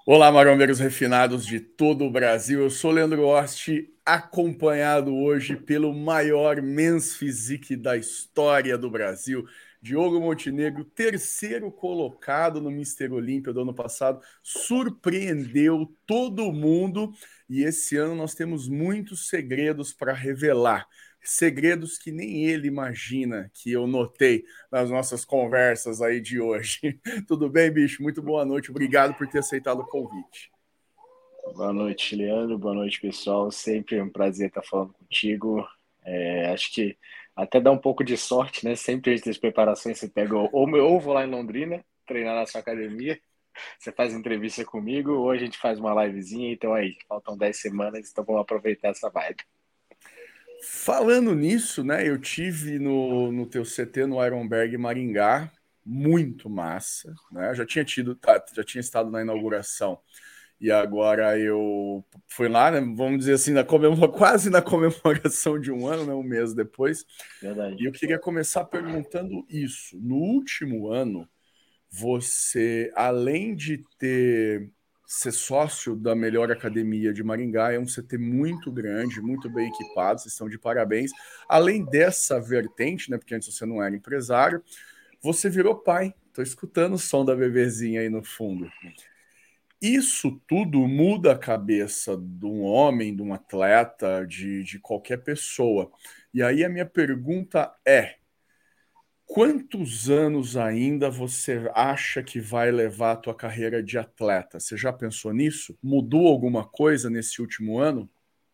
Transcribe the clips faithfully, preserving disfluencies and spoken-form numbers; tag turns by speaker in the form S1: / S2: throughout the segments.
S1: Olá, marombeiros refinados de todo o Brasil. Eu sou Leandro Osti, acompanhado hoje pelo maior Men's Physique da história do Brasil, Diogo Montenegro, terceiro colocado no Mister Olímpia do ano passado, surpreendeu todo mundo e esse ano nós temos muitos segredos para revelar. Segredos que nem ele imagina, que eu notei nas nossas conversas aí de hoje. Tudo bem, bicho? Muito boa noite. Obrigado por ter aceitado o convite.
S2: Boa noite, Leandro. Boa noite, pessoal. Sempre um prazer estar falando contigo. É, acho que até dá um pouco de sorte, né? Sempre antes das preparações você pega ou, ou vou lá em Londrina treinar na sua academia, você faz entrevista comigo, ou a gente faz uma livezinha. Então aí, faltam dez semanas, então vamos aproveitar essa vibe.
S1: Falando nisso, né? Eu tive no, no teu C T no Ironberg Maringá, muito massa, né? Eu já tinha tido, tá, já tinha estado na inauguração e agora eu fui lá, né? Vamos dizer assim, na comemora, quase na comemoração de um ano, né? Um mês depois. E
S2: Verdade.
S1: eu queria começar perguntando isso. No último ano, você, além de ter ser sócio da melhor academia de Maringá, é um C T muito grande, muito bem equipado, vocês estão de parabéns. Além dessa vertente, né, porque antes você não era empresário, você virou pai. Estou escutando o som da bebezinha aí no fundo. Isso tudo muda a cabeça de um homem, de um atleta, de, de qualquer pessoa. E aí a minha pergunta é: quantos anos ainda você acha que vai levar a tua carreira de atleta? Você já pensou nisso? Mudou alguma coisa nesse último ano?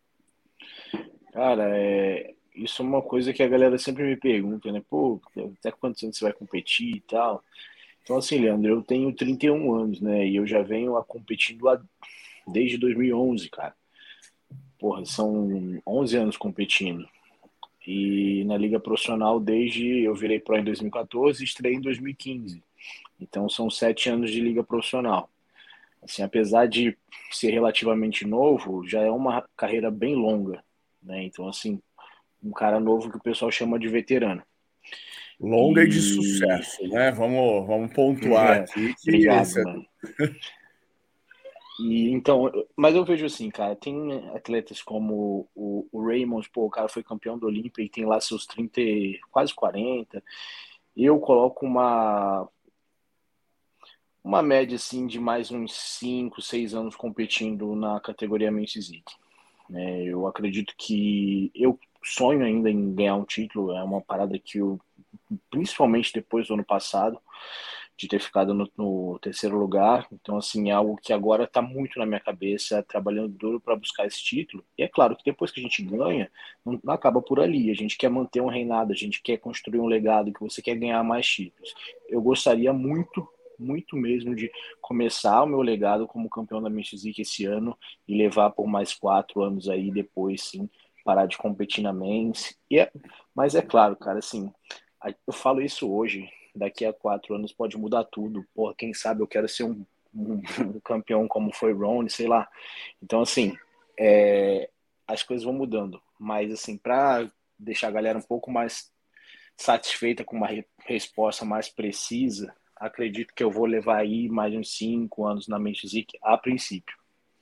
S2: Cara, é, isso é uma coisa que a galera sempre me pergunta, né? Pô, até quantos anos você vai competir e tal? Então, assim, Leandro, eu tenho trinta e um anos, né? E eu já venho a competindo há- desde dois mil e onze, cara. Porra, são onze anos competindo. E na liga profissional desde eu virei pro em dois mil e quatorze e estreiei em dois mil e quinze. Então são sete anos de liga profissional. Assim, apesar de ser relativamente novo, já é uma carreira bem longa, né? Então assim, um cara novo que o pessoal chama de veterano.
S1: Longa e de
S2: E
S1: sucesso, né? Vamos, vamos pontuar
S2: é,
S1: aqui que
S2: obrigado,
S1: esse é...
S2: mano. E então, mas eu vejo assim, cara, tem atletas como o, o Raymond, pô, o cara foi campeão do Olímpia e tem lá seus trinta, quase quarenta. Eu coloco uma uma média assim de mais uns cinco, seis anos competindo na categoria Men's Physique. É, eu acredito que eu sonho ainda em ganhar um título, é uma parada que eu, principalmente depois do ano passado, de ter ficado no, no terceiro lugar. Então, assim, é algo que agora está muito na minha cabeça, trabalhando duro para buscar esse título. E é claro que depois que a gente ganha, não, não acaba por ali. A gente quer manter um reinado, a gente quer construir um legado, que você quer ganhar mais títulos. Eu gostaria muito, muito mesmo de começar o meu legado como campeão da Men's Physique esse ano e levar por mais quatro anos aí depois, sim, parar de competir na Men's. E é, mas é claro, cara, assim, eu falo isso hoje, daqui a quatro anos pode mudar tudo. Porra, quem sabe eu quero ser um, um, um campeão como foi Ron, sei lá. Então, assim, é, as coisas vão mudando. Mas, assim, para deixar a galera um pouco mais satisfeita com uma re resposta mais precisa, acredito que eu vou levar aí mais uns cinco anos na Men's Physique a princípio.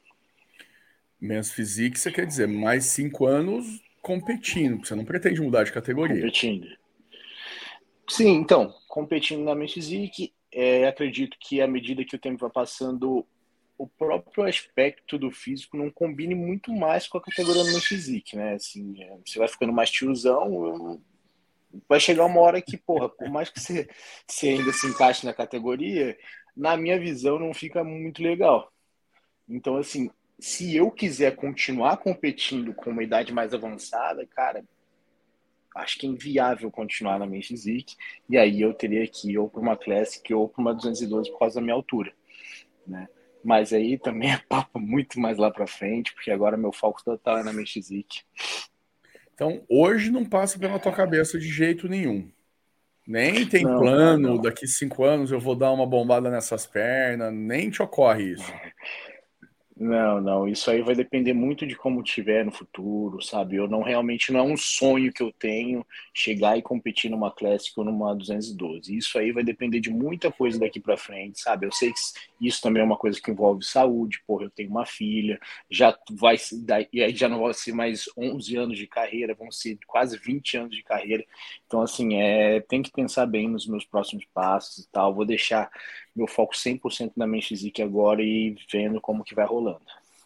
S1: Men's Physique, você quer dizer mais cinco anos competindo, porque você não pretende mudar de categoria.
S2: Competindo. Sim, então, competindo na Men's Physique, é, acredito que à medida que o tempo vai passando, o próprio aspecto do físico não combine muito mais com a categoria no physique, né? Assim, é, você vai ficando mais tiozão, vai chegar uma hora que, porra, por mais que você, você ainda se encaixe na categoria, na minha visão não fica muito legal. Então, assim, se eu quiser continuar competindo com uma idade mais avançada, cara, acho que é inviável continuar na minha physique, e aí eu teria que ir ou para uma Classic ou para uma duzentos e doze por causa da minha altura, né? Mas aí também é papo muito mais lá para frente, porque agora meu foco total é na minha physique.
S1: Então, hoje não passa pela tua cabeça de jeito nenhum. Nem tem
S2: Não, cara,
S1: plano,
S2: não.
S1: daqui cinco anos eu vou dar uma bombada nessas pernas, nem te ocorre isso.
S2: Não, não, isso aí vai depender muito de como tiver no futuro, sabe? Eu não realmente não é um sonho que eu tenho chegar e competir numa Classic ou numa duzentos e doze. Isso aí vai depender de muita coisa daqui para frente, sabe? Eu sei que isso também é uma coisa que envolve saúde, porra, eu tenho uma filha, já vai e aí já não vai ser mais onze anos de carreira, vão ser quase vinte anos de carreira. Então assim, é, tem que pensar bem nos meus próximos passos e tal. Vou deixar meu foco cem por cento na Men's Physique agora e vendo como que vai rolando.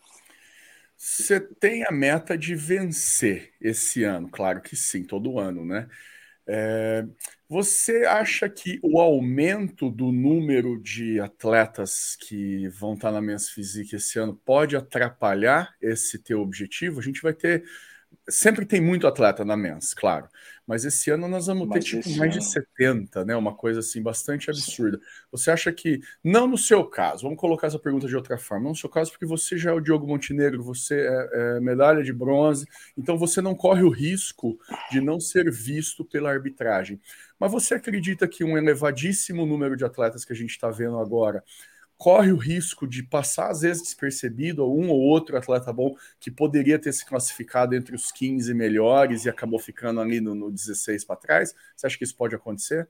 S1: Você tem a meta de vencer esse ano? Claro que sim, todo ano, né? É, você acha que o aumento do número de atletas que vão estar na Men's Physique esse ano pode atrapalhar esse teu objetivo? A gente vai ter sempre tem muito atleta na Men's, claro. Mas esse ano nós vamos ter
S2: Mas
S1: tipo
S2: esse
S1: mais de
S2: ano,
S1: setenta, né? Uma coisa assim bastante
S2: sim.
S1: absurda. Você acha que, não no seu caso, vamos colocar essa pergunta de outra forma, não no seu caso, porque você já é o Diogo Montenegro, você é, é medalha de bronze, então você não corre o risco de não ser visto pela arbitragem. Mas você acredita que um elevadíssimo número de atletas que a gente está vendo agora corre o risco de passar, às vezes, despercebido, um ou outro atleta bom que poderia ter se classificado entre os quinze melhores e acabou ficando ali no, no dezesseis para trás? Você acha que isso pode acontecer?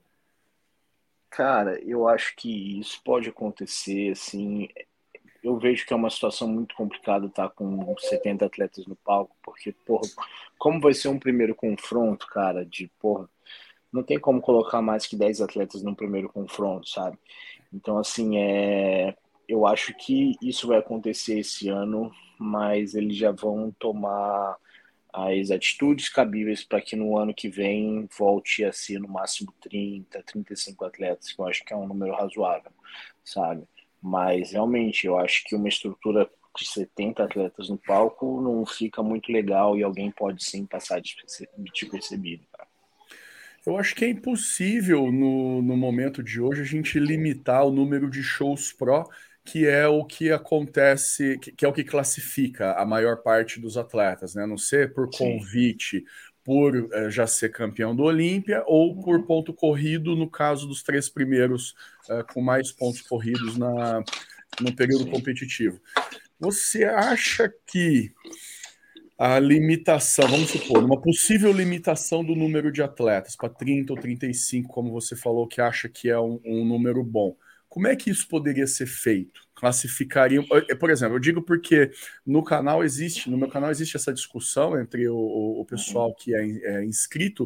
S2: Cara, eu acho que isso pode acontecer, assim, eu vejo que é uma situação muito complicada estar com setenta atletas no palco, porque, porra, como vai ser um primeiro confronto, cara, de, porra, não tem como colocar mais que dez atletas no primeiro confronto, sabe? Então, assim, é, eu acho que isso vai acontecer esse ano, mas eles já vão tomar as atitudes cabíveis para que no ano que vem volte a ser no máximo trinta, trinta e cinco atletas, que eu acho que é um número razoável, sabe? Mas realmente eu acho que uma estrutura de setenta atletas no palco não fica muito legal e alguém pode sim passar despercebido, cara.
S1: Eu acho que é impossível, no, no momento de hoje, a gente limitar o número de shows pro, que é o que acontece, que, que é o que classifica a maior parte dos atletas, né? A não ser por
S2: Sim.
S1: convite, por eh, já ser campeão do Olímpia, ou por
S2: Uhum.
S1: ponto corrido, no caso dos três primeiros eh, com mais pontos corridos na, no período
S2: Sim.
S1: competitivo. Você acha que a limitação, vamos supor, uma possível limitação do número de atletas para trinta ou trinta e cinco, como você falou, que acha que é um, um número bom. Como é que isso poderia ser feito? Classificariam. Por exemplo, eu digo porque no canal existe, no meu canal existe essa discussão entre o, o
S2: Uhum.
S1: pessoal que é, é inscrito,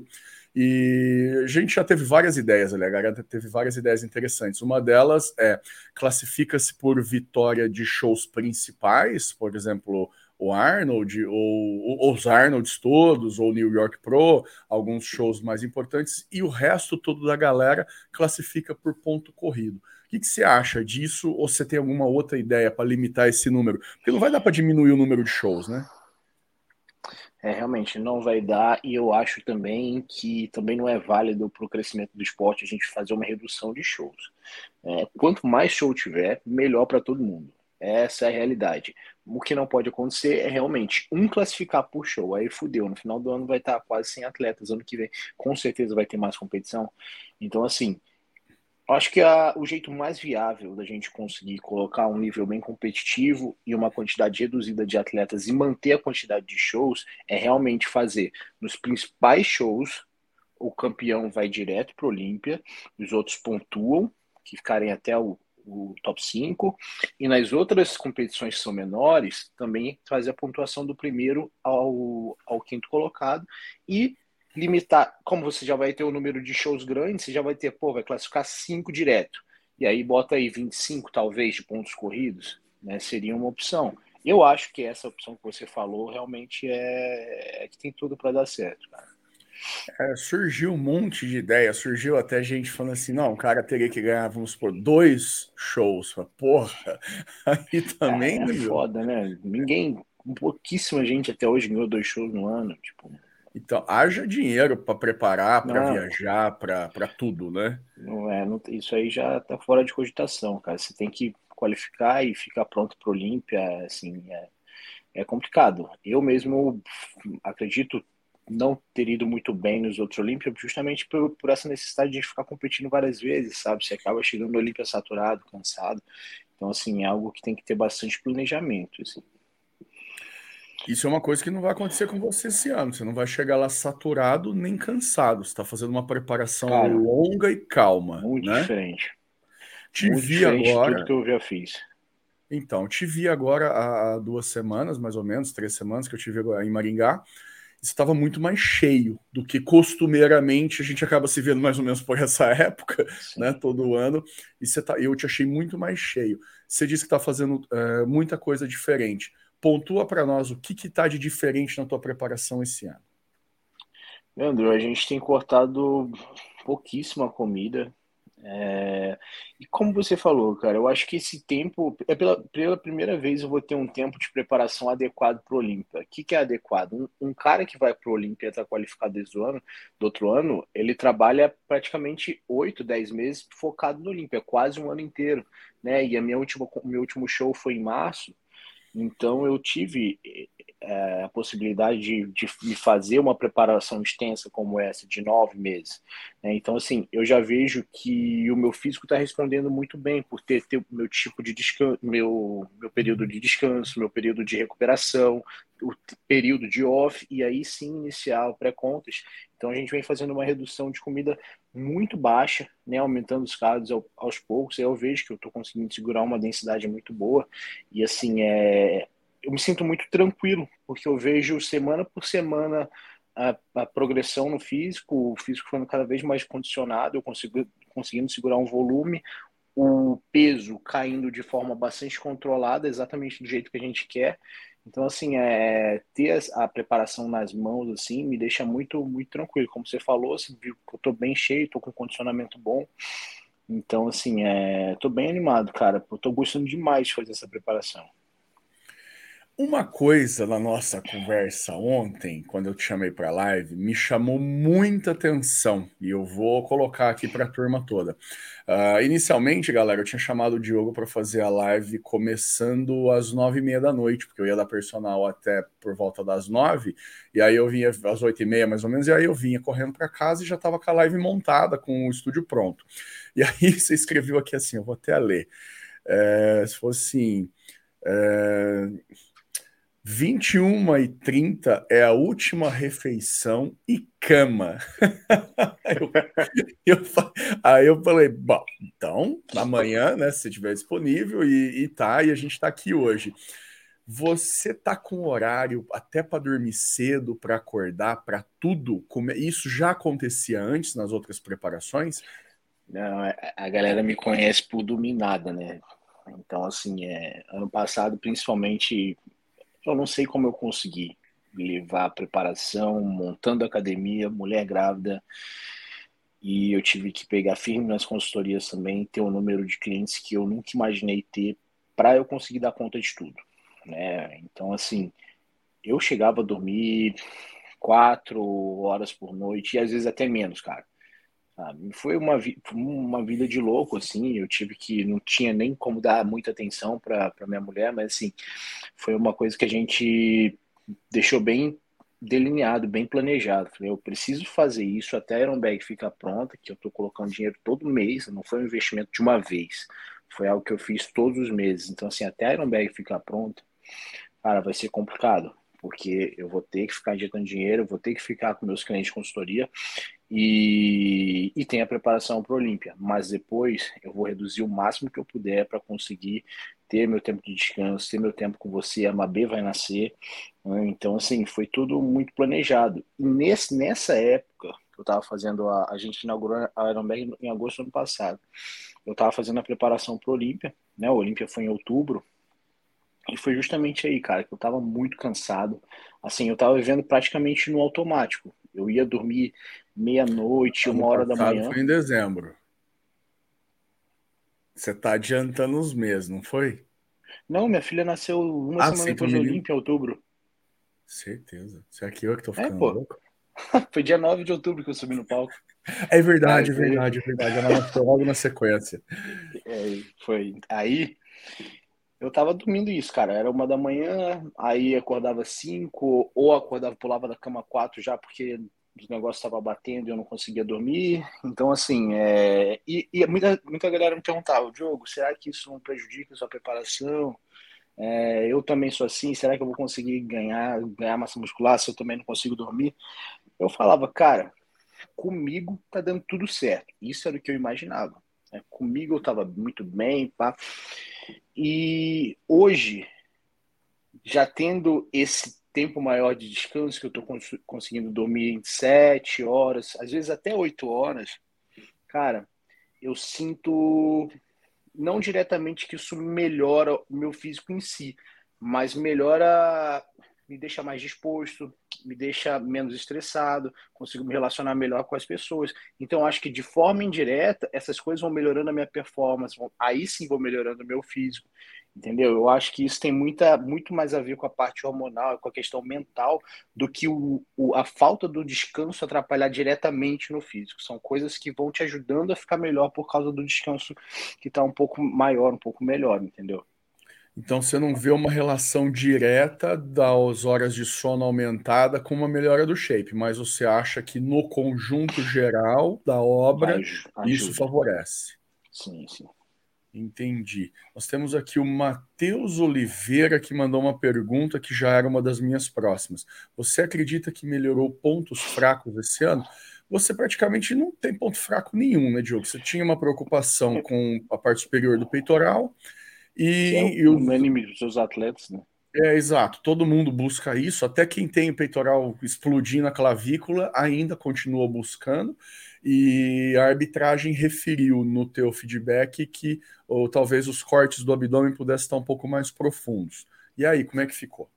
S1: e a gente já teve várias ideias, ali, a galera teve várias ideias interessantes. Uma delas é classifica-se por vitória de shows principais, por exemplo, o Arnold, ou, ou os Arnolds todos, ou New York Pro, alguns shows mais importantes, e o resto todo da galera classifica por ponto corrido. O que, que você acha disso? Ou você tem alguma outra ideia para limitar esse número? Porque não vai dar para diminuir o número de shows, né?
S2: É, realmente não vai dar, e eu acho também que também não é válido para o crescimento do esporte a gente fazer uma redução de shows. É, quanto mais show tiver, melhor para todo mundo. Essa é a realidade. O que não pode acontecer é realmente um classificar por show. Aí fudeu. No final do ano vai estar quase cem atletas. Ano que vem, com certeza, vai ter mais competição. Então, assim, acho que a, o jeito mais viável da gente conseguir colocar um nível bem competitivo e uma quantidade reduzida de atletas e manter a quantidade de shows é realmente fazer nos principais shows o campeão vai direto para o Olímpia, os outros pontuam, que ficarem até o, o top cinco e nas outras competições que são menores, também fazer a pontuação do primeiro ao, ao quinto colocado e limitar, como você já vai ter o número de shows grandes, você já vai ter, pô, vai classificar cinco direto. E aí bota aí vinte e cinco, talvez, de pontos corridos, né? Seria uma opção. Eu acho que essa opção que você falou realmente é, é que tem tudo para dar certo, cara.
S1: É, surgiu um monte de ideia, surgiu até gente falando assim, não, o cara teria que ganhar, vamos supor, dois shows. Porra, aí também,
S2: É, é
S1: né, meu?
S2: foda, né? Ninguém, pouquíssima gente até hoje ganhou dois shows no ano, tipo,
S1: Então, haja dinheiro para preparar, para
S2: não,
S1: viajar, para tudo, né?
S2: não é, não, isso aí já tá fora de cogitação, cara. Você tem que qualificar e ficar pronto para Olímpia, assim, é, é complicado. Eu mesmo acredito não ter ido muito bem nos outros Olímpias, justamente por, por essa necessidade de ficar competindo várias vezes, sabe? Você acaba chegando no Olímpia saturado, cansado. Então, assim, é algo que tem que ter bastante planejamento, assim.
S1: Isso é uma coisa que não vai acontecer com você esse ano. Você não vai chegar lá saturado nem cansado. Você está fazendo uma preparação
S2: Cara,
S1: longa e calma,
S2: muito
S1: né?
S2: diferente.
S1: Te
S2: Muito
S1: vi
S2: diferente de tudo
S1: agora.
S2: que eu já fiz.
S1: Então, te vi agora há há duas semanas, mais ou menos, três semanas que eu te vi agora em Maringá. Estava muito mais cheio do que costumeiramente a gente acaba se vendo mais ou menos por essa época, né?
S2: Sim.
S1: Todo ano. E você tá, eu te achei muito mais cheio. Você disse que está fazendo é, muita coisa diferente. Pontua para nós o que que tá de diferente na tua preparação esse ano.
S2: Leandro, a gente tem cortado pouquíssima comida. É, E como você falou, cara, eu acho que esse tempo, é pela, pela primeira vez eu vou ter um tempo de preparação adequado para o Olímpia. O que, que é adequado? Um, um cara que vai para o Olímpia e está qualificado desde o ano, do outro ano, ele trabalha praticamente oito, dez meses focado no Olímpia, quase um ano inteiro, né? E a minha última, o meu último show foi em março. Então eu tive é, a possibilidade de, de me fazer uma preparação extensa como essa, de nove meses. Né? Então, assim, eu já vejo que o meu físico está respondendo muito bem por ter, ter o meu tipo de descanso, meu, meu período de descanso, meu período de recuperação, o período de off, e aí sim iniciar o pré-contas. Então a gente vem fazendo uma redução de comida muito baixa, né, aumentando os cards aos poucos. Aí eu vejo que eu estou conseguindo segurar uma densidade muito boa. E assim, é, eu me sinto muito tranquilo, porque eu vejo semana por semana a, a progressão no físico, o físico ficando cada vez mais condicionado, eu consigo, conseguindo segurar um volume, o peso caindo de forma bastante controlada, exatamente do jeito que a gente quer. Então, assim, é, ter a preparação nas mãos, assim, me deixa muito, muito tranquilo. Como você falou, você viu que eu tô bem cheio, tô com condicionamento bom. Então, assim, é, tô bem animado, cara. Eu tô gostando demais de fazer essa preparação.
S1: Uma coisa na nossa conversa ontem, quando eu te chamei para a live, me chamou muita atenção e eu vou colocar aqui para a turma toda. Uh, inicialmente, galera, eu tinha chamado o Diogo para fazer a live começando às nove e meia da noite, porque eu ia dar personal até por volta das nove, e aí eu vinha às oito e meia mais ou menos, e aí eu vinha correndo para casa e já estava com a live montada, com o estúdio pronto. E aí você escreveu aqui assim, eu vou até ler. É, se fosse assim. É, vinte e uma e trinta é a última refeição e cama. eu, eu, aí eu falei, bom, então, amanhã, né, se estiver disponível e, e tá, e a gente tá aqui hoje. Você tá com horário até para dormir cedo, para acordar, para tudo? Como isso já acontecia antes nas outras preparações?
S2: Não, é- a galera me conhece por dominada, né? Então, assim, é, ano passado, principalmente, eu não sei como eu consegui levar a preparação, montando academia, mulher grávida, e eu tive que pegar firme nas consultorias também, ter um número de clientes que eu nunca imaginei ter para eu conseguir dar conta de tudo, né? Então, assim, eu chegava a dormir quatro horas por noite e às vezes até menos, cara. Sabe? Foi uma, vi uma vida de louco, assim. Eu tive que, não tinha nem como dar muita atenção para minha mulher, mas assim, foi uma coisa que a gente deixou bem delineado, bem planejado. Falei, eu preciso fazer isso até a Ironbag ficar pronta, que eu estou colocando dinheiro todo mês, não foi um investimento de uma vez. Foi algo que eu fiz todos os meses. Então, assim, até a Ironbag ficar pronta, cara, vai ser complicado, porque eu vou ter que ficar injetando dinheiro, eu vou ter que ficar com meus clientes de consultoria e, e tem a preparação para a Olímpia. Mas depois eu vou reduzir o máximo que eu puder para conseguir ter meu tempo de descanso, ter meu tempo com você. A Mabê vai nascer, né? Então, assim, foi tudo muito planejado. E nesse, nessa época que eu estava fazendo, a, a gente inaugurou a Ironberg em agosto do ano passado. Eu estava fazendo a preparação para a Olímpia, né? A Olímpia foi em outubro. E foi justamente aí, cara, que eu tava muito cansado. Assim, eu tava vivendo praticamente no automático. Eu ia dormir meia-noite,
S1: Ano
S2: uma hora da
S1: passado
S2: manhã.
S1: foi em dezembro. Você tá adiantando os meses, não foi?
S2: Não, minha filha nasceu uma
S1: Ah,
S2: semana
S1: sim, tua
S2: depois do
S1: menina.
S2: Olímpia, em outubro.
S1: Certeza. Será que eu que tô
S2: É,
S1: ficando
S2: pô.
S1: louco?
S2: Foi dia nove de outubro que eu subi no palco.
S1: É
S2: Cara,
S1: verdade, é
S2: foi,
S1: verdade, é verdade. Ela nasceu logo na sequência.
S2: é, foi. Aí eu tava dormindo isso, cara. Era uma da manhã, aí acordava cinco, ou acordava, pulava da cama quatro já, porque os negócios estavam batendo e eu não conseguia dormir. Então, assim, é... e, e muita, muita galera me perguntava, Diogo, será que isso não prejudica a sua preparação? É, eu também sou assim, será que eu vou conseguir ganhar, ganhar massa muscular se eu também não consigo dormir? Eu falava, cara, comigo tá dando tudo certo. Isso era o que eu imaginava. Né? Comigo eu tava muito bem, pá. E hoje, já tendo esse tempo maior de descanso, que eu tô cons conseguindo dormir em sete horas, às vezes até oito horas, cara, eu sinto não diretamente que isso melhora o meu físico em si, mas melhora, me deixa mais disposto, me deixa menos estressado, consigo me relacionar melhor com as pessoas. Então, acho que de forma indireta, essas coisas vão melhorando a minha performance, vão, aí sim vou melhorando o meu físico. Entendeu? Eu acho que isso tem muita, muito mais a ver com a parte hormonal, com a questão mental, do que o, o, a falta do descanso atrapalhar diretamente no físico. São coisas que vão te ajudando a ficar melhor por causa do descanso que está um pouco maior, um pouco melhor, entendeu?
S1: Então você não vê uma relação direta das horas de sono aumentada com uma melhora do shape, mas você acha que no conjunto geral da obra
S2: Aj
S1: isso
S2: ajuda.
S1: favorece.
S2: Sim, sim.
S1: Entendi. Nós temos aqui o Matheus Oliveira que mandou uma pergunta que já era uma das minhas próximas. Você acredita que melhorou pontos fracos esse ano? Você praticamente não tem ponto fraco nenhum, né, Diogo? Você tinha uma preocupação com a parte superior do peitoral
S2: Que é
S1: e,
S2: o
S1: e os
S2: unânime dos seus atletas, né?
S1: é, exato. Todo mundo busca isso, até quem tem o peitoral explodindo a clavícula ainda continua buscando. E a arbitragem referiu no teu feedback que ou talvez os cortes do abdômen pudessem estar um pouco mais profundos. E aí, como é que ficou?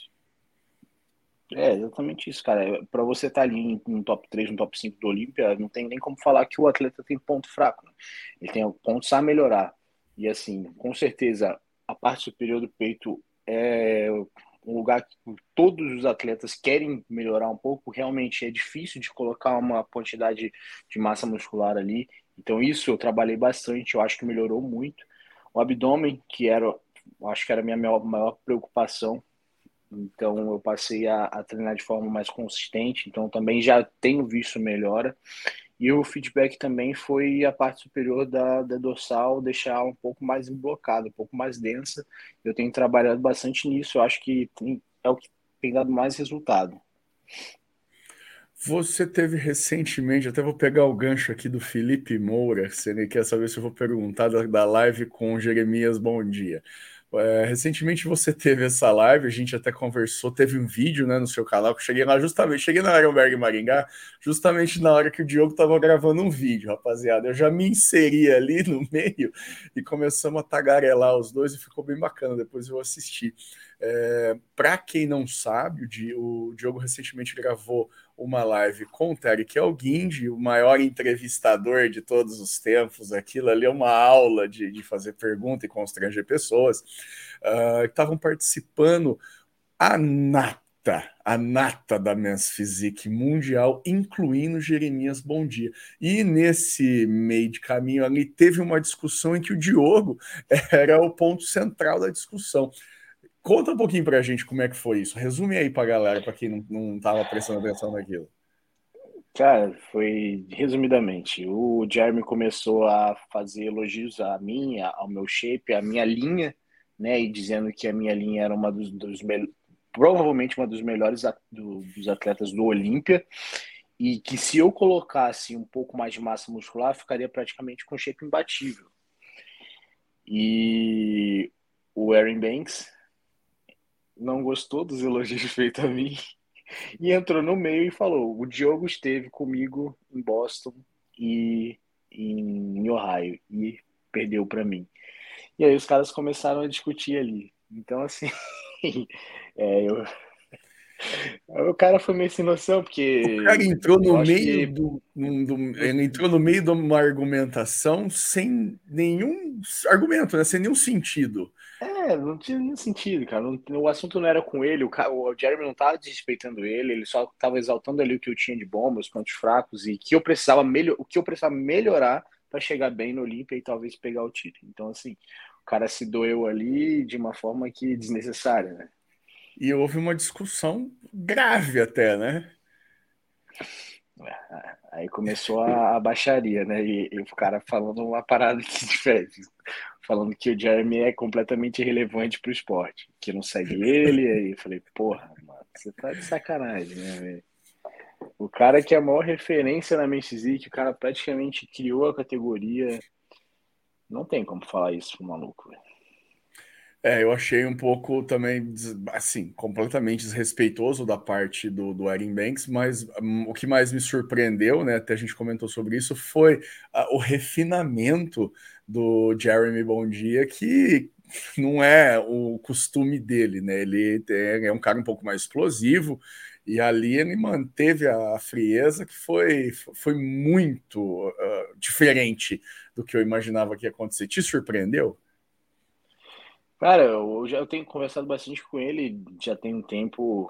S2: É exatamente isso, cara. Para você estar ali no top três, no top cinco do Olímpia, não tem nem como falar que o atleta tem ponto fraco, né? Ele tem pontos a melhorar. E assim, com certeza, a parte superior do peito é um lugar que todos os atletas querem melhorar um pouco. Realmente é difícil de colocar uma quantidade de massa muscular ali. Então, isso eu trabalhei bastante, eu acho que melhorou muito. O abdômen, que era, eu acho que era a minha maior, maior preocupação, então eu passei a, a treinar de forma mais consistente, então também já tenho visto melhora. E o feedback também foi a parte superior da, da dorsal deixar um pouco mais emblocada, um pouco mais densa. Eu tenho trabalhado bastante nisso, eu acho que tem, é o que tem dado mais resultado.
S1: Você teve recentemente, até vou pegar o gancho aqui do Felipe Moura, se ele quer saber se eu vou perguntar da, da live com o Jeremias Bom Dia. É, recentemente você teve essa live, a gente até conversou, teve um vídeo, né, no seu canal, que eu cheguei lá justamente, cheguei na Ironberg Maringá, justamente na hora que o Diogo estava gravando um vídeo, rapaziada. Eu já me inseri ali no meio e começamos a tagarelar os dois e ficou bem bacana, depois eu assisti. É, para quem não sabe, o, Di, o Diogo recentemente gravou uma live com o Tarek Elguindi, o maior entrevistador de todos os tempos. Aquilo ali é uma aula de, de fazer pergunta e constranger pessoas. Uh, estavam participando a nata, a nata da Men's Physique mundial, incluindo Jeremias Bom Dia. E nesse meio de caminho ali teve uma discussão em que o Diogo era o ponto central da discussão. Conta um pouquinho pra gente como é que foi isso. Resume aí pra galera, pra quem não, não tava prestando atenção naquilo.
S2: Cara, foi resumidamente, o Jeremy começou a fazer elogios a mim, ao meu shape, à minha linha, né, e dizendo que a minha linha era uma dos, dos provavelmente uma dos melhores a, do, dos atletas do Olímpia, e que se eu colocasse um pouco mais de massa muscular, ficaria praticamente com shape imbatível. E o Aaron Banks não gostou dos elogios feitos a mim e entrou no meio e falou: o Diogo esteve comigo em Boston e em Ohio e perdeu para mim. E aí os caras começaram a discutir ali. Então, assim, é, eu, o cara foi meio sem noção,
S1: O cara
S2: porque
S1: entrou no
S2: eu acho
S1: meio
S2: que
S1: do, num- do- ele entrou no meio de uma argumentação sem nenhum argumento, né? Sem nenhum sentido.
S2: é, não tinha nenhum sentido, cara. Não- o assunto não era com ele, o, ca- o Jeremy não tava desrespeitando ele, ele só tava exaltando ali o que eu tinha de bom, meus pontos fracos e que eu precisava melhor, o que eu precisava melhorar para chegar bem no Olímpia e talvez pegar o título. Então, assim, o cara se doeu ali de uma forma que desnecessária, né?
S1: E houve uma discussão grave até, né?
S2: Aí começou a, a baixaria, né? E, e o cara falando uma parada que diferente, falando que o Jeremy é completamente irrelevante pro esporte, que não segue ele. Aí eu falei, porra, mano, você tá de sacanagem, né, velho? O cara que é a maior referência na Men's Physique, o cara praticamente criou a categoria. Não tem como falar isso pro maluco, velho.
S1: É, eu achei um pouco também, des- assim, completamente desrespeitoso da parte do, do Erin Banks, mas hum, o que mais me surpreendeu, né, até a gente comentou sobre isso, foi ah, o refinamento do Jeremy Bondia, que não é o costume dele, né? Ele é, é um cara um pouco mais explosivo, e ali ele manteve a frieza que foi, foi muito ah, diferente do que eu imaginava que ia acontecer. Te surpreendeu?
S2: Cara, eu já eu tenho conversado bastante com ele, já tem um tempo,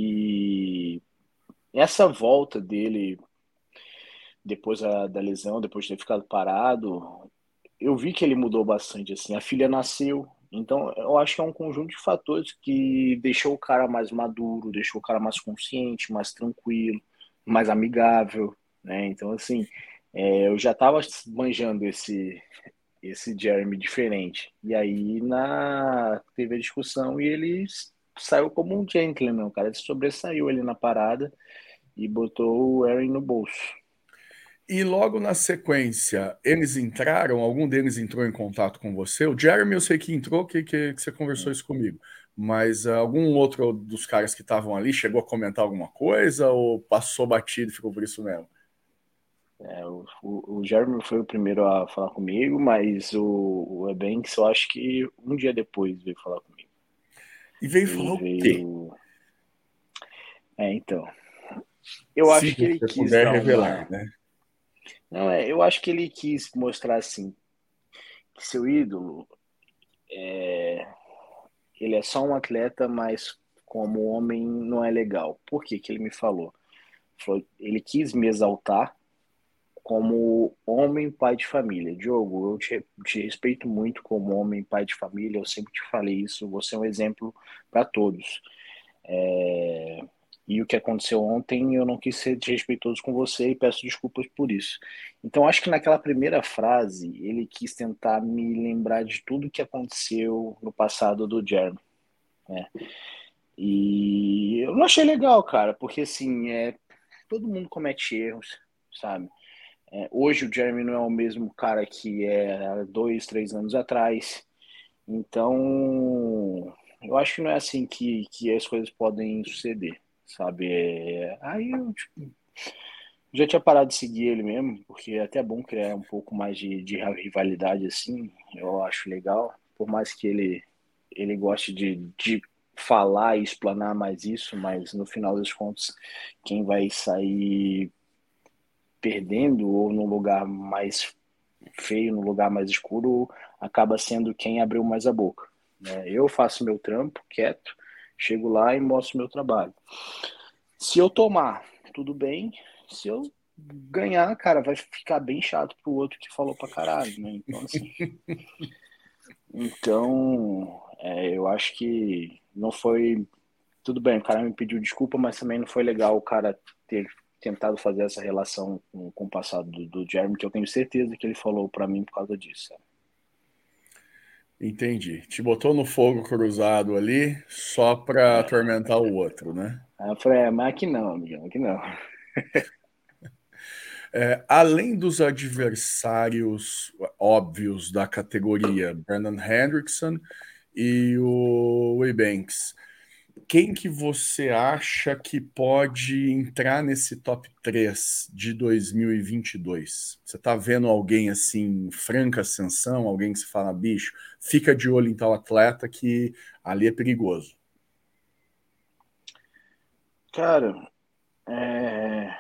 S2: e essa volta dele depois da, da lesão, depois de ter ficado parado, eu vi que ele mudou bastante, assim, a filha nasceu, então eu acho que é um conjunto de fatores que deixou o cara mais maduro, deixou o cara mais consciente, mais tranquilo, mais amigável, né? Então, assim, é, eu já tava manjando esse esse Jeremy diferente. E aí na teve a discussão e ele saiu como um gentleman, o cara se sobressaiu ali na parada e botou o Aaron no bolso.
S1: E logo na sequência, eles entraram, algum deles entrou em contato com você? O Jeremy eu sei que entrou, que, que, que você conversou isso comigo. Mas ah, algum outro dos caras que estavam ali chegou a comentar alguma coisa ou passou batido e ficou por isso mesmo?
S2: É, o, o, o Jeremy foi o primeiro a falar comigo, mas o, o Ebanks eu acho que um dia depois veio falar comigo.
S1: E veio
S2: Ele
S1: falar o quê?
S2: veio. É, então. Eu
S1: Se
S2: acho que ele
S1: você
S2: quis
S1: puder
S2: dar
S1: revelar,
S2: uma.
S1: né?
S2: Não, é, eu acho que ele quis mostrar assim que seu ídolo ele é só um atleta, mas como homem não é legal. Por que que ele me falou? Falou- Ele quis me exaltar como homem, pai de família. Diogo, eu te, te respeito muito como homem, pai de família. Eu sempre te falei isso. Você é um exemplo para todos. É, E o que aconteceu ontem, eu não quis ser desrespeitoso com você e peço desculpas por isso. Então, acho que naquela primeira frase, ele quis tentar me lembrar de tudo que aconteceu no passado do Jeremy, né? E eu não achei legal, cara, porque assim, é, todo mundo comete erros, sabe? É, hoje o Jeremy não é o mesmo cara que era dois, três anos atrás. Então, eu acho que não é assim que, que as coisas podem suceder, sabe? É, aí eu tipo, já tinha parado de seguir ele mesmo, porque é até bom criar um pouco mais de, de rivalidade assim, eu acho legal. Por mais que ele, ele goste de, de falar e explanar mais isso, mas no final das contas, quem vai sair perdendo ou num lugar mais feio, num lugar mais escuro, acaba sendo quem abriu mais a boca, né? Eu faço meu trampo quieto, chego lá e mostro meu trabalho. Se eu tomar, tudo bem. Se eu ganhar, cara, vai ficar bem chato pro outro que falou pra caralho, né? Então, assim. Então, é, eu acho que não foi. Tudo bem, o cara me pediu desculpa, mas também não foi legal o cara ter tentado fazer essa relação com, com o passado do, do Jeremy, que eu tenho certeza que ele falou pra mim por causa disso, sabe?
S1: Entendi. Te botou no fogo cruzado ali só para atormentar o outro, né?
S2: Aí eu falei, é, mas aqui não, amigão, aqui não.
S1: É, além dos adversários óbvios da categoria, Brandon Hendrickson e o Eubanks, quem que você acha que pode entrar nesse top três de dois mil e vinte e dois? Você está vendo alguém assim, franca ascensão, alguém que se fala, bicho, fica de olho em tal atleta que ali é perigoso.
S2: Cara, é...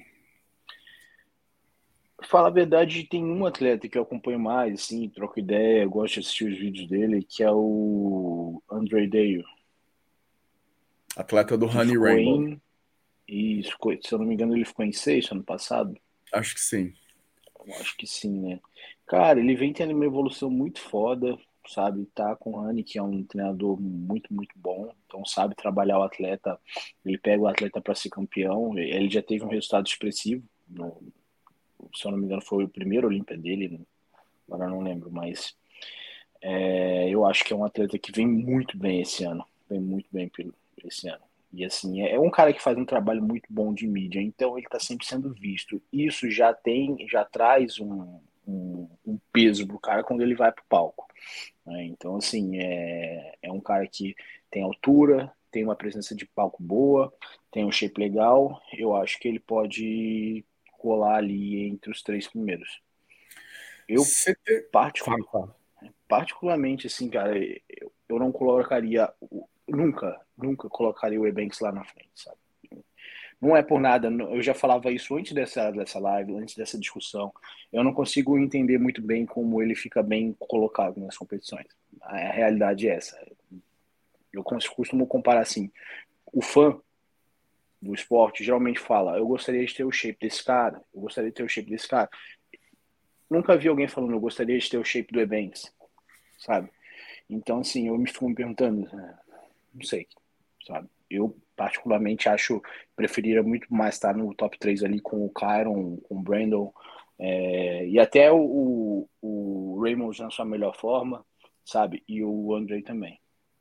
S2: Fala a verdade, tem um atleta que eu acompanho mais, assim, troco ideia, gosto de assistir os vídeos dele, que é o Andre Dale,
S1: Atleta do
S2: que
S1: Honey
S2: ficou
S1: Rainbow.
S2: em, e ficou- se eu não me engano, ele ficou em sexto ano passado.
S1: Acho que sim.
S2: Eu acho que sim, né? Cara, ele vem tendo uma evolução muito foda. sabe? Tá com o Rani, que é um treinador muito, muito bom, então sabe trabalhar o atleta, ele pega o atleta para ser campeão, ele já teve um resultado expressivo, no, se eu não me engano foi o primeiro Olímpia dele, agora eu não lembro, mas é, eu acho que é um atleta que vem muito bem esse ano, vem muito bem pelo, esse ano. E assim, é um cara que faz um trabalho muito bom de mídia, então ele está sempre sendo visto. Isso já tem, já traz um, um, um peso pro cara quando ele vai pro palco, né? Então, assim, é, é um cara que tem altura, tem uma presença de palco boa, tem um shape legal. Eu acho que ele pode colar ali entre os três primeiros. Eu,
S1: Você te...
S2: particu-
S1: Fala, fala.
S2: particularmente, assim, cara, eu, eu não colocaria, nunca, nunca colocaria o Ebanks lá na frente, sabe? Não é por nada, eu já falava isso antes dessa, dessa live, antes dessa discussão. Eu não consigo entender muito bem como ele fica bem colocado nas competições. A realidade é essa. Eu costumo comparar assim: o fã do esporte geralmente fala, eu gostaria de ter o shape desse cara, eu gostaria de ter o shape desse cara. Nunca vi alguém falando, eu gostaria de ter o shape do Ebanks, sabe? Então, assim, eu me fico me perguntando, não sei, sabe? Eu, particularmente, acho, preferiria muito mais estar no top três ali com o Kyron, com o Brandon, é, e até o, o Raymond na sua melhor forma, sabe? E o Andre também.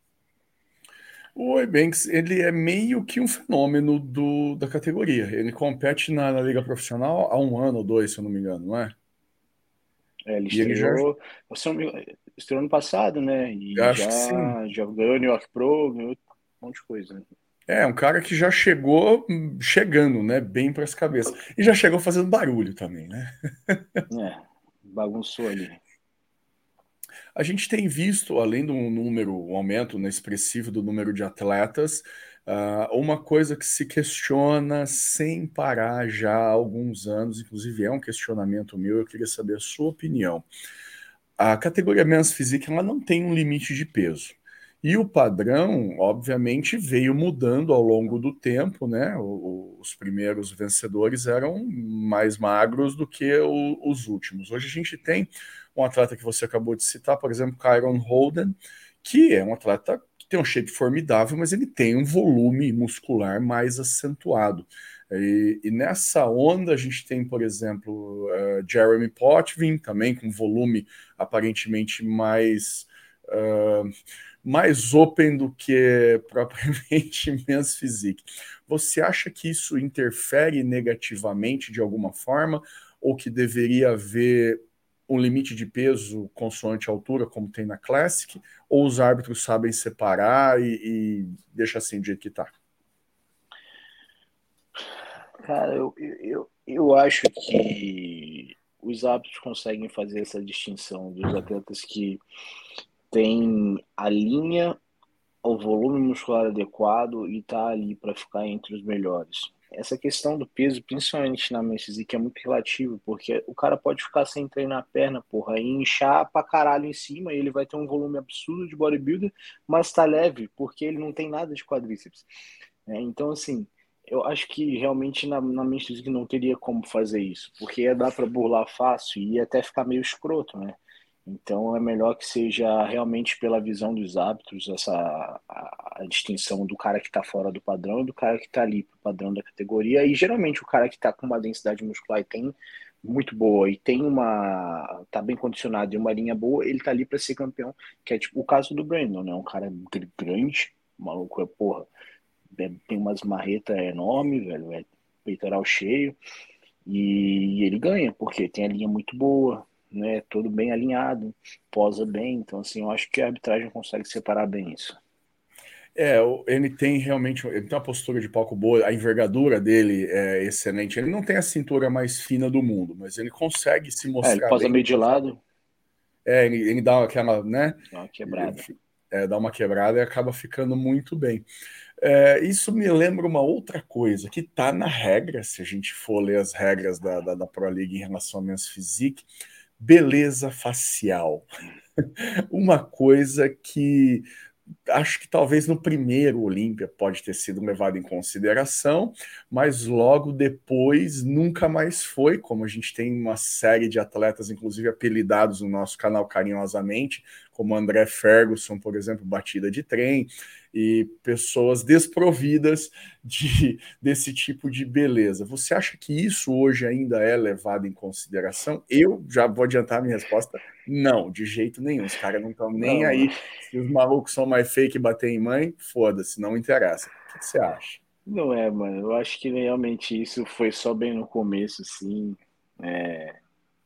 S1: O Eubanks, ele é meio que um fenômeno do, da categoria. Ele compete na, na liga profissional há um ano ou dois, se eu não me engano, não é?
S2: É, ele
S1: E ele já,
S2: estreou, você não me- estreou ano passado, né? E
S1: acho que sim.
S2: já, já ganhou New York Pro, ganhou um monte de coisa, né?
S1: É, um cara que já chegou hum, chegando, né, bem para as cabeças. E já chegou fazendo barulho também, né?
S2: É, bagunçou ali.
S1: A gente tem visto, além do número, um aumento, né, expressivo do número de atletas, uh, uma coisa que se questiona sem parar já há alguns anos, inclusive é um questionamento meu, eu queria saber a sua opinião. A categoria Men's Physique ela não tem um limite de peso. E o padrão, obviamente, veio mudando ao longo do tempo, né? O, os primeiros vencedores eram mais magros do que o, os últimos. Hoje a gente tem um atleta que você acabou de citar, por exemplo, Kyron Holden, que é um atleta que tem um shape formidável, mas ele tem um volume muscular mais acentuado. E, e nessa onda a gente tem, por exemplo, uh, Jeremy Potvin, também com volume aparentemente mais, uh, mais open do que propriamente Men's Physique. Você acha que isso interfere negativamente de alguma forma, ou que deveria haver um limite de peso consoante a altura, como tem na Classic, ou os árbitros sabem separar e, e deixa assim do jeito que está?
S2: Cara, eu, eu, eu acho que os árbitros conseguem fazer essa distinção dos atletas que têm a linha, o volume muscular adequado e tá ali para ficar entre os melhores. Essa questão do peso, principalmente na Men's Physique, é muito relativo, porque o cara pode ficar sem treinar a perna, porra, e inchar pra caralho em cima, e ele vai ter um volume absurdo de bodybuilder, mas tá leve, porque ele não tem nada de quadríceps. É, então, assim, eu acho que realmente na, na Men's Physique não teria como fazer isso, porque ia dar pra burlar fácil e ia até ficar meio escroto, né? Então é melhor que seja realmente pela visão dos hábitos, essa a, a distinção do cara que está fora do padrão e do cara que está ali pro padrão da categoria. E geralmente o cara que está com uma densidade muscular e tem muito boa e tem uma tá bem condicionado e uma linha boa, ele tá ali para ser campeão, que é tipo o caso do Brandon, né? Um cara gr- grande, maluco é porra, é- tem umas marretas enormes, velho, é peitoral cheio. E ele ganha, porque tem a linha muito boa, né? Todo bem alinhado, posa bem. Então, assim, eu acho que a arbitragem consegue separar bem isso.
S1: É, ele tem realmente, ele tem uma postura de palco boa, a envergadura dele é excelente. Ele não tem a cintura mais fina do mundo, mas ele consegue se
S2: É, ele
S1: mostrar
S2: posa
S1: bem.
S2: meio de lado,
S1: É, ele, ele dá aquela, né?
S2: dá uma quebrada.
S1: É, dá uma quebrada e acaba ficando muito bem. É, isso me lembra uma outra coisa que está na regra, se a gente for ler as regras da, da, da Pro League em relação ao Men's Physique, beleza facial. Uma coisa que acho que talvez no primeiro Olímpia pode ter sido levado em consideração, mas logo depois nunca mais foi, como a gente tem uma série de atletas, inclusive apelidados no nosso canal carinhosamente, como André Ferguson, por exemplo, batida de trem, e pessoas desprovidas de, desse tipo de beleza. Você acha que isso hoje ainda é levado em consideração? Eu já vou adiantar a minha resposta, não, de jeito nenhum. Os caras não estão nem
S2: Não,
S1: aí. Se os malucos são mais fake e bater em mãe, foda-se, não interessa. O que, que você acha?
S2: não é, mano. Eu acho que realmente isso foi só bem no começo, sim. É,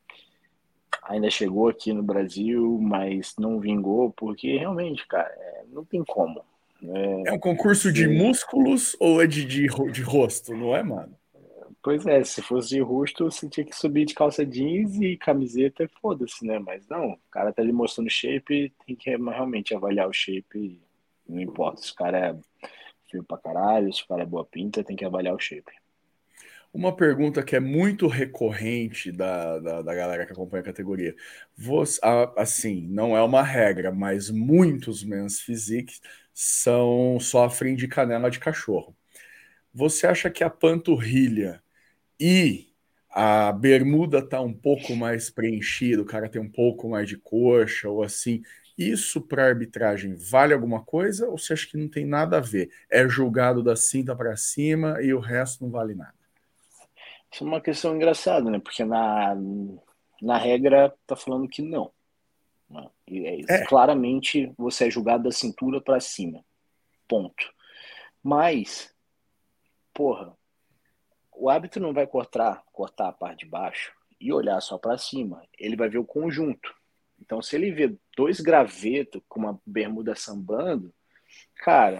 S2: ainda chegou aqui no Brasil, mas não vingou, porque realmente, cara, é, não tem como.
S1: É
S2: É,
S1: um concurso de
S2: se,
S1: músculos ou é de, de, de rosto, não é, mano?
S2: pois é, se fosse de rosto, você tinha que subir de calça jeans e camiseta, e foda-se, né? Mas não, o cara tá ali mostrando shape, tem que realmente avaliar o shape, não importa. Se o cara é feio pra caralho, se o cara é boa pinta, tem que avaliar o shape.
S1: Uma pergunta que é muito recorrente da, da, da galera que acompanha a categoria. Você, a- assim, não é uma regra, mas muitos men's physiques são, sofrem de canela de cachorro. Você acha que a panturrilha e a bermuda tá um pouco mais preenchida, o cara tem um pouco mais de coxa ou assim, isso para arbitragem vale alguma coisa ou você acha que não tem nada a ver? É julgado da cinta para cima e o resto não vale nada?
S2: Isso é uma questão engraçada, né? Porque na, na regra tá falando que não. Né? E é,
S1: É,
S2: claramente você é julgado da cintura para cima. Ponto. Mas, porra, o árbitro não vai cortar, cortar a parte de baixo e olhar só para cima. Ele vai ver o conjunto. Então, se ele vê dois gravetos com uma bermuda sambando, cara,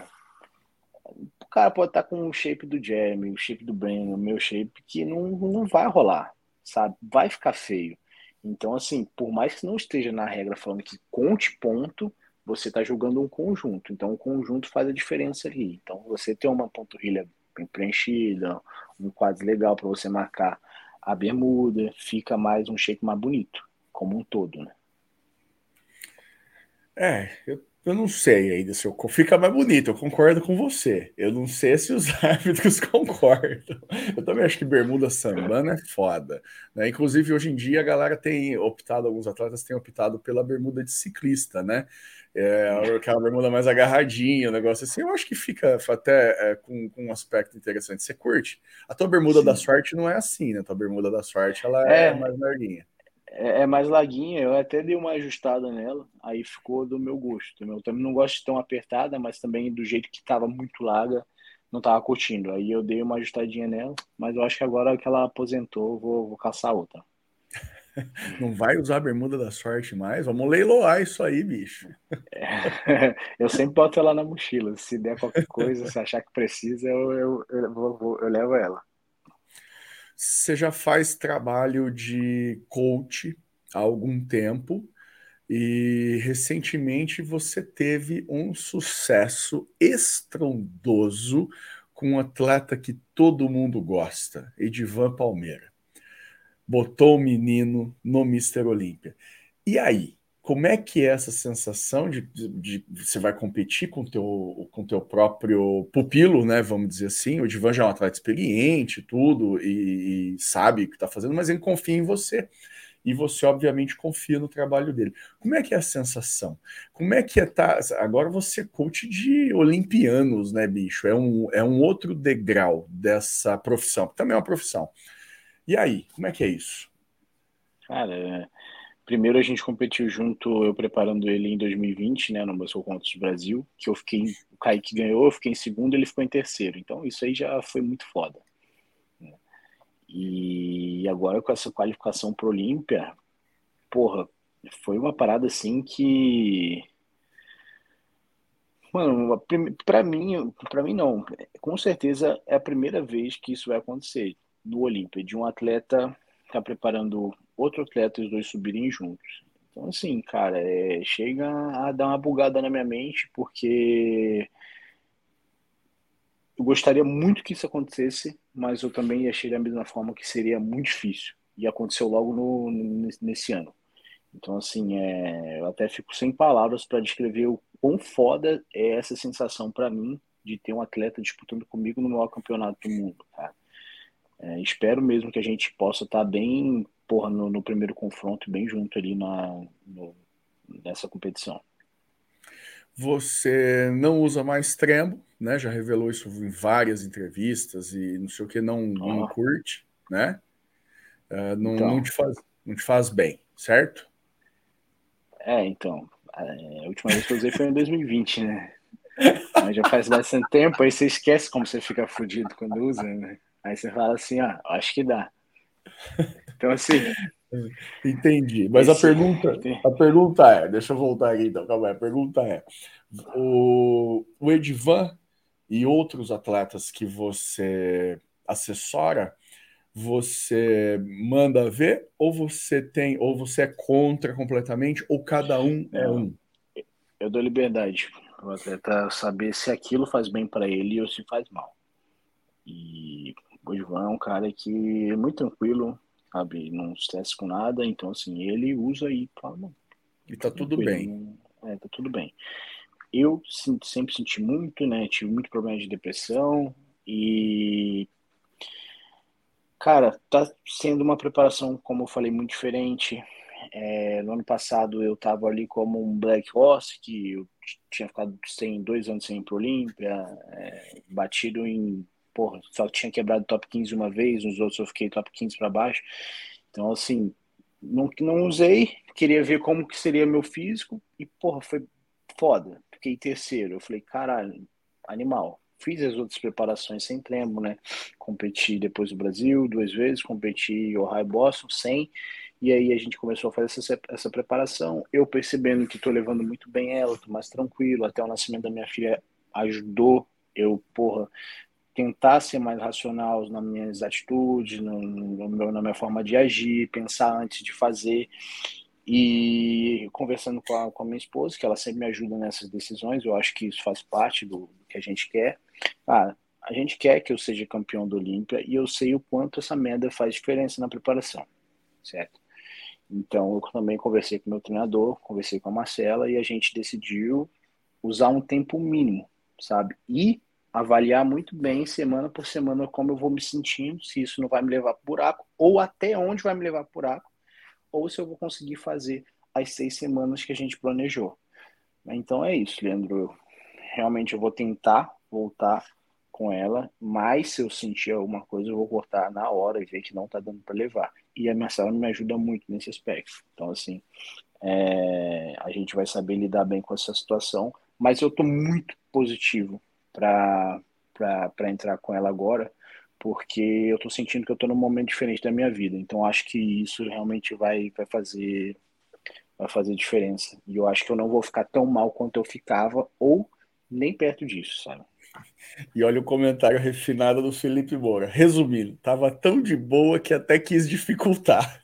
S2: o cara pode estar com o shape do Jeremy, o shape do Breno, o meu shape, que não, não vai rolar, sabe? Vai ficar feio. Então, assim, por mais que não esteja na regra falando que conte ponto, você está jogando um conjunto. Então, o conjunto faz a diferença ali. Então, você tem uma panturrilha bem preenchida, um quadro legal para você marcar a bermuda, fica mais um shape mais bonito, como um todo, né?
S1: é, eu, eu não sei ainda se eu, fica mais bonito, eu concordo com você. Eu não sei se os árbitros concordam. Eu também acho que bermuda sambana é foda, né? Inclusive, hoje em dia, a galera tem optado, alguns atletas têm optado pela bermuda de ciclista, né? É, aquela bermuda mais agarradinha, um negócio assim. Eu acho que fica até é, com, com um aspecto interessante. Você curte? A tua bermuda da
S2: Sim.
S1: sorte não é assim, né? A tua bermuda da sorte, ela é
S2: É,
S1: mais larguinha.
S2: É, é mais larguinha, eu até dei uma ajustada nela, aí ficou do meu gosto. Eu também não gosto de tão apertada, mas também do jeito que tava muito larga, não tava curtindo. Aí eu dei uma ajustadinha nela, mas eu acho que agora que ela aposentou, eu vou, vou caçar outra.
S1: Não vai usar a bermuda da sorte mais? Vamos leiloar isso aí, bicho.
S2: É, eu sempre boto ela na mochila. Se der qualquer coisa, se achar que precisa, eu, eu, eu, vou- vou- eu levo ela.
S1: Você já faz trabalho de coach há algum tempo e recentemente você teve um sucesso estrondoso com um atleta que todo mundo gosta, Edivan Palmeira. Botou o menino no mister Olímpia. E aí, como é que é essa sensação de, de, de você vai competir com teu, com teu próprio pupilo, né? Vamos dizer assim. O Divan já é um atleta experiente, tudo, e, e sabe o que está fazendo, mas ele confia em você. E você, obviamente, confia no trabalho dele. Como é que é a sensação? Como é que é tá? Agora você é coach de olimpianos, né, bicho? É um, é um outro degrau dessa profissão, que também é uma profissão. E aí, como é que é isso?
S2: Cara, é, primeiro a gente competiu junto, eu preparando ele em dois mil e vinte, né, no Muscle Contests Brasil, que eu fiquei, o Kaique ganhou, eu fiquei em segundo, ele ficou em terceiro. Então isso aí já foi muito foda. E agora com essa qualificação pro Olímpia, porra, foi uma parada assim que, mano, para mim, para mim não, com certeza é a primeira vez que isso vai acontecer no Olímpia, de um atleta estar preparando outro atleta e os dois subirem juntos. Então, assim, cara, é, chega a dar uma bugada na minha mente, porque eu gostaria muito que isso acontecesse, mas eu também achei da mesma forma que seria muito difícil. E aconteceu logo no, nesse ano. Então, assim, é, eu até fico sem palavras para descrever o, quão foda é essa sensação para mim de ter um atleta disputando comigo no maior campeonato do mundo, cara. É, espero mesmo que a gente possa estar bem, porra, no, no primeiro confronto, bem junto ali na, no- nessa competição.
S1: Você não usa mais trembo, né? Já revelou isso em várias entrevistas e não sei o que, não, não
S2: Ó,
S1: curte, né? Uh, não, não
S2: então,
S1: te faz, não te faz bem, certo?
S2: é, então, é, a última vez que eu usei foi em dois mil e vinte, né? Mas já faz bastante tempo, aí você esquece como você fica fudido quando usa, né? Aí você fala assim, ah, acho que dá. Então, assim,
S1: Entendi. Mas a
S2: esse.
S1: pergunta, a pergunta é, deixa eu voltar aqui então, calma aí. A pergunta é: o, o Edivan e outros atletas que você assessora, você manda ver, ou você tem, ou você é contra completamente, ou cada um é
S2: Não,
S1: um?
S2: eu dou liberdade para o atleta saber se aquilo faz bem para ele ou se faz mal. E o Ivan é um cara que é muito tranquilo, sabe? Não estressa com nada, então, assim, ele usa e fala, não,
S1: E tá tudo
S2: tranquilo,
S1: bem.
S2: não, é, tá tudo bem. Eu sim, sempre senti muito, né? Tive muito problema de depressão e, cara, tá sendo uma preparação, como eu falei, muito diferente. É, no ano passado eu tava ali como um Black Horse, que eu tinha ficado sem dois anos sem ir pro Olímpia, é, batido em, porra, só tinha quebrado top quinze uma vez, nos outros eu fiquei top quinze para baixo. Então, assim, não, não usei, queria ver como que seria meu físico e, porra, foi foda. Fiquei terceiro. Eu falei, caralho, animal. Fiz as outras preparações sem trembo, né? Competi depois no Brasil duas vezes, competi em Ohio e Boston sem. E aí a gente começou a fazer essa, essa preparação. Eu percebendo que estou levando muito bem ela, tô mais tranquilo. Até o nascimento da minha filha ajudou eu, porra, tentar ser mais racional nas minhas atitudes, no, no meu, na minha forma de agir, pensar antes de fazer. E conversando com a, com a minha esposa, que ela sempre me ajuda nessas decisões, eu acho que isso faz parte do, do que a gente quer. Ah, a gente quer que eu seja campeão do Olímpia e eu sei o quanto essa merda faz diferença na preparação, certo? Então eu também conversei com o meu treinador, conversei com a Marcela e a gente decidiu usar um tempo mínimo, sabe? E avaliar muito bem, semana por semana, como eu vou me sentindo, se isso não vai me levar para o buraco, ou até onde vai me levar para o buraco, ou se eu vou conseguir fazer as seis semanas que a gente planejou. Então é isso, Leandro. Eu, realmente eu vou tentar voltar com ela, mas se eu sentir alguma coisa, eu vou cortar na hora e ver que não está dando para levar. E a minha sala me ajuda muito nesse aspecto. Então, assim, é, a gente vai saber lidar bem com essa situação, mas eu estou muito positivo para para entrar com ela agora, porque eu estou sentindo que eu estou num momento diferente da minha vida. Então acho que isso realmente vai, vai fazer vai fazer diferença. E eu acho que eu não vou ficar tão mal quanto eu ficava ou nem perto disso, sabe?
S1: E olha o comentário refinado do Felipe Moura. Resumindo, tava tão de boa que até quis dificultar.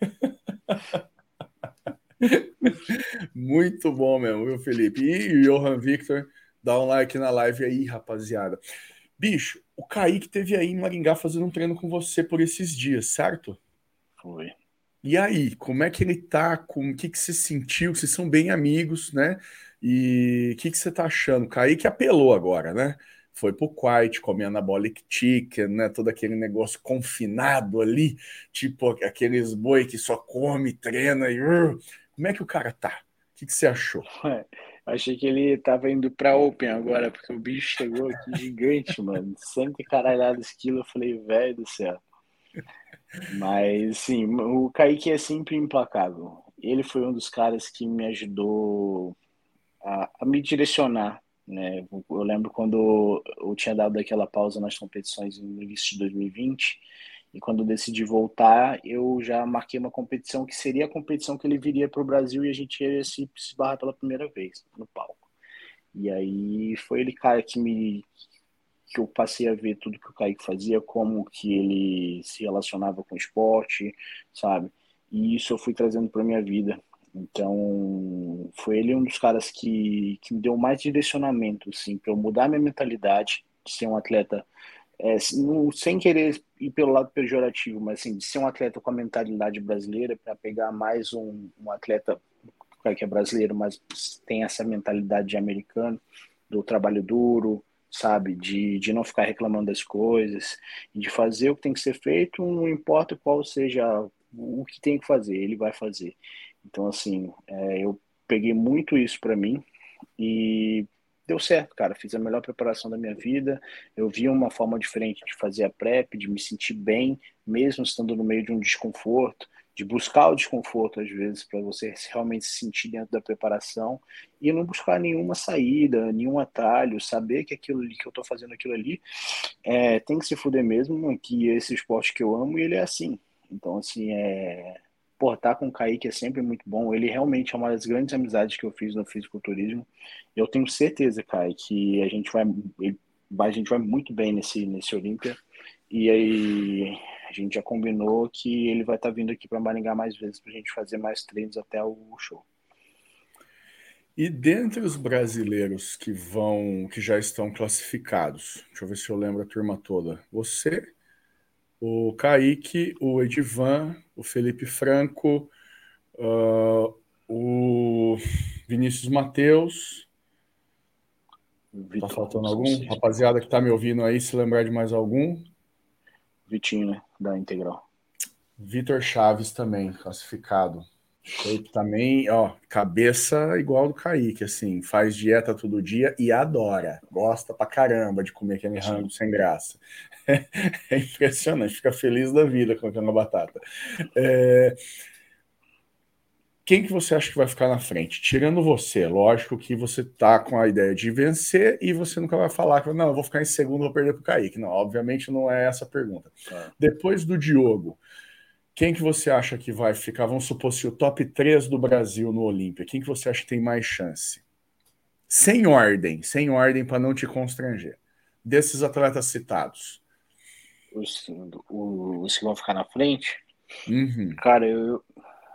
S1: Muito bom mesmo, viu, Felipe? E o Johan Victor, dá um like na live aí, rapaziada. Bicho, o Kaique teve aí em Maringá fazendo um treino com você por esses dias, certo?
S2: Foi.
S1: E aí, como é que ele tá? Com o que que você sentiu? Vocês são bem amigos, né? E o que que você tá achando? O Kaique apelou agora, né? Foi pro Quiet, comer anabolic chicken, né? Todo aquele negócio confinado ali, tipo aqueles boi que só come, treina e. uh, Como é que o cara tá? O que que você achou?
S2: Ué, achei que ele tava indo pra Open agora, porque o bicho chegou aqui gigante, mano. Cento e caralhadas quilos. Eu falei, velho do céu. Mas, sim, o Kaique é sempre implacável. Ele foi um dos caras que me ajudou a, a me direcionar, né? Eu lembro quando eu tinha dado aquela pausa nas competições no início de dois mil e vinte, e quando eu decidi voltar, eu já marquei uma competição que seria a competição que ele viria para o Brasil e a gente ia se, se barrar pela primeira vez no palco. E aí foi ele, cara, que me que eu passei a ver tudo que o Kaique fazia, como que ele se relacionava com o esporte, sabe? E isso eu fui trazendo para minha vida. Então, foi ele um dos caras que, que me deu mais direcionamento, assim, para eu mudar minha mentalidade de ser um atleta, é, não, sem querer ir pelo lado pejorativo, mas assim, de ser um atleta com a mentalidade brasileira, para pegar mais um, um atleta cara que é brasileiro, mas tem essa mentalidade de americano, do trabalho duro, sabe? De, de não ficar reclamando das coisas, de fazer o que tem que ser feito, não importa qual seja o que tem que fazer, ele vai fazer. Então, assim, é, eu peguei muito isso para mim e deu certo, cara. Fiz a melhor preparação da minha vida. Eu vi uma forma diferente de fazer a prep, de me sentir bem, mesmo estando no meio de um desconforto, de buscar o desconforto às vezes para você realmente se sentir dentro da preparação e não buscar nenhuma saída, nenhum atalho, saber que aquilo ali que eu tô fazendo aquilo ali é, tem que se fuder mesmo, que esse esporte que eu amo, ele é assim. Então, assim, é pô, estar com o Kaique é sempre muito bom. Ele realmente é uma das grandes amizades que eu fiz no fisiculturismo. Eu tenho certeza, cara, que a gente vai, ele- a gente vai muito bem nesse, nesse Olímpia. E aí a gente já combinou que ele vai estar vindo aqui para Maringá mais vezes para a gente fazer mais treinos até o show.
S1: E dentre os brasileiros que vão, que já estão classificados, deixa eu ver se eu lembro a turma toda. Você, o Kaique, o Edivan, o Felipe Franco, ah, o Vinícius Mateus. Tá
S2: Vitor,
S1: faltando
S2: são
S1: algum?
S2: seis.
S1: Rapaziada que tá me ouvindo aí, se lembrar de mais algum.
S2: Vitinho, né, da Integral.
S1: Vitor Chaves também, classificado. Shape também, ó, cabeça igual do Kaique, assim, faz dieta todo dia e adora, gosta pra caramba de comer aquele
S2: Sim.
S1: rango sem graça. É impressionante, fica feliz da vida com aquela batata. É, quem que você acha que vai ficar na frente? Tirando você, lógico que você tá com a ideia de vencer e você nunca vai falar que não, eu vou ficar em segundo, vou perder pro Kaique. Não, obviamente não é essa a pergunta.
S2: É.
S1: Depois do Diogo, quem que você acha que vai ficar? Vamos supor se o top três do Brasil no Olímpia. Quem que você acha que tem mais chance? Sem ordem, sem ordem para não te constranger. Desses atletas citados.
S2: Os, os que vão ficar na frente,
S1: Uhum.
S2: cara, eu,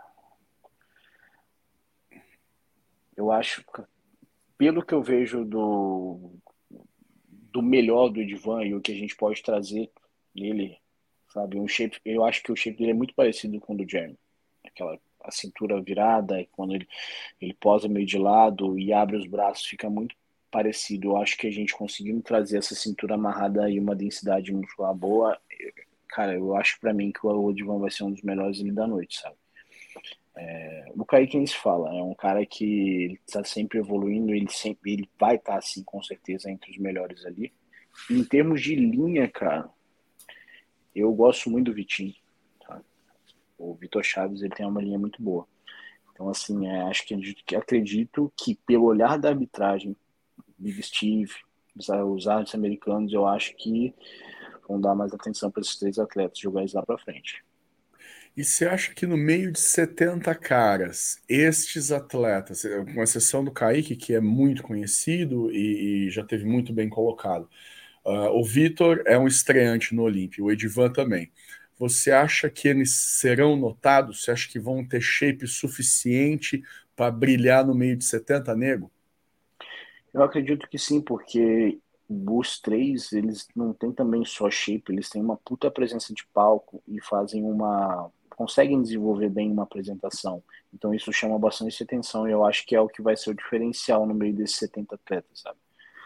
S2: eu acho, pelo que eu vejo do, do melhor do Edvan e o que a gente pode trazer nele, sabe? Um shape, eu acho que o shape dele é muito parecido com o do Jeremy. Aquela a cintura virada, quando ele, ele posa meio de lado e abre os braços, fica muito parecido. Eu acho que a gente conseguindo trazer essa cintura amarrada e uma densidade muscular boa, cara, eu acho para mim que o Edvan vai ser um dos melhores ali da noite, sabe? O Kaique nem se fala, é um cara que ele tá sempre evoluindo, ele sempre ele vai estar assim com certeza entre os melhores ali. Em termos de linha, cara, eu gosto muito do Vitinho, tá? O Vitor Chaves, ele tem uma linha muito boa. Então, assim, é, acho que acredito, acredito que pelo olhar da arbitragem, Big Steve, os, os árbitros americanos, eu acho que vão dar mais atenção para esses três atletas, jogar eles lá para frente.
S1: E você acha que no meio de setenta caras, estes atletas, com exceção do Kaique, que é muito conhecido e, e já teve muito bem colocado, uh, o Vitor é um estreante no Olímpio, o Edivan também. Você acha que eles serão notados? Você acha que vão ter shape suficiente para brilhar no meio de setenta nego?
S2: Eu acredito que sim, porque os três, eles não têm também só shape, eles têm uma puta presença de palco e fazem uma... conseguem desenvolver bem uma apresentação. Então isso chama bastante atenção e eu acho que é o que vai ser o diferencial no meio desses setenta atletas, sabe?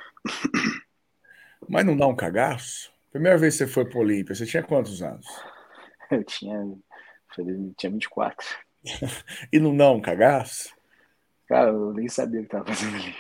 S1: Mas não dá um cagaço? Primeira vez que você foi para o Olímpia, você tinha quantos anos?
S2: Eu tinha, eu tinha vinte e quatro.
S1: E não dá um cagaço?
S2: Cara, eu nem sabia o que tava fazendo ali.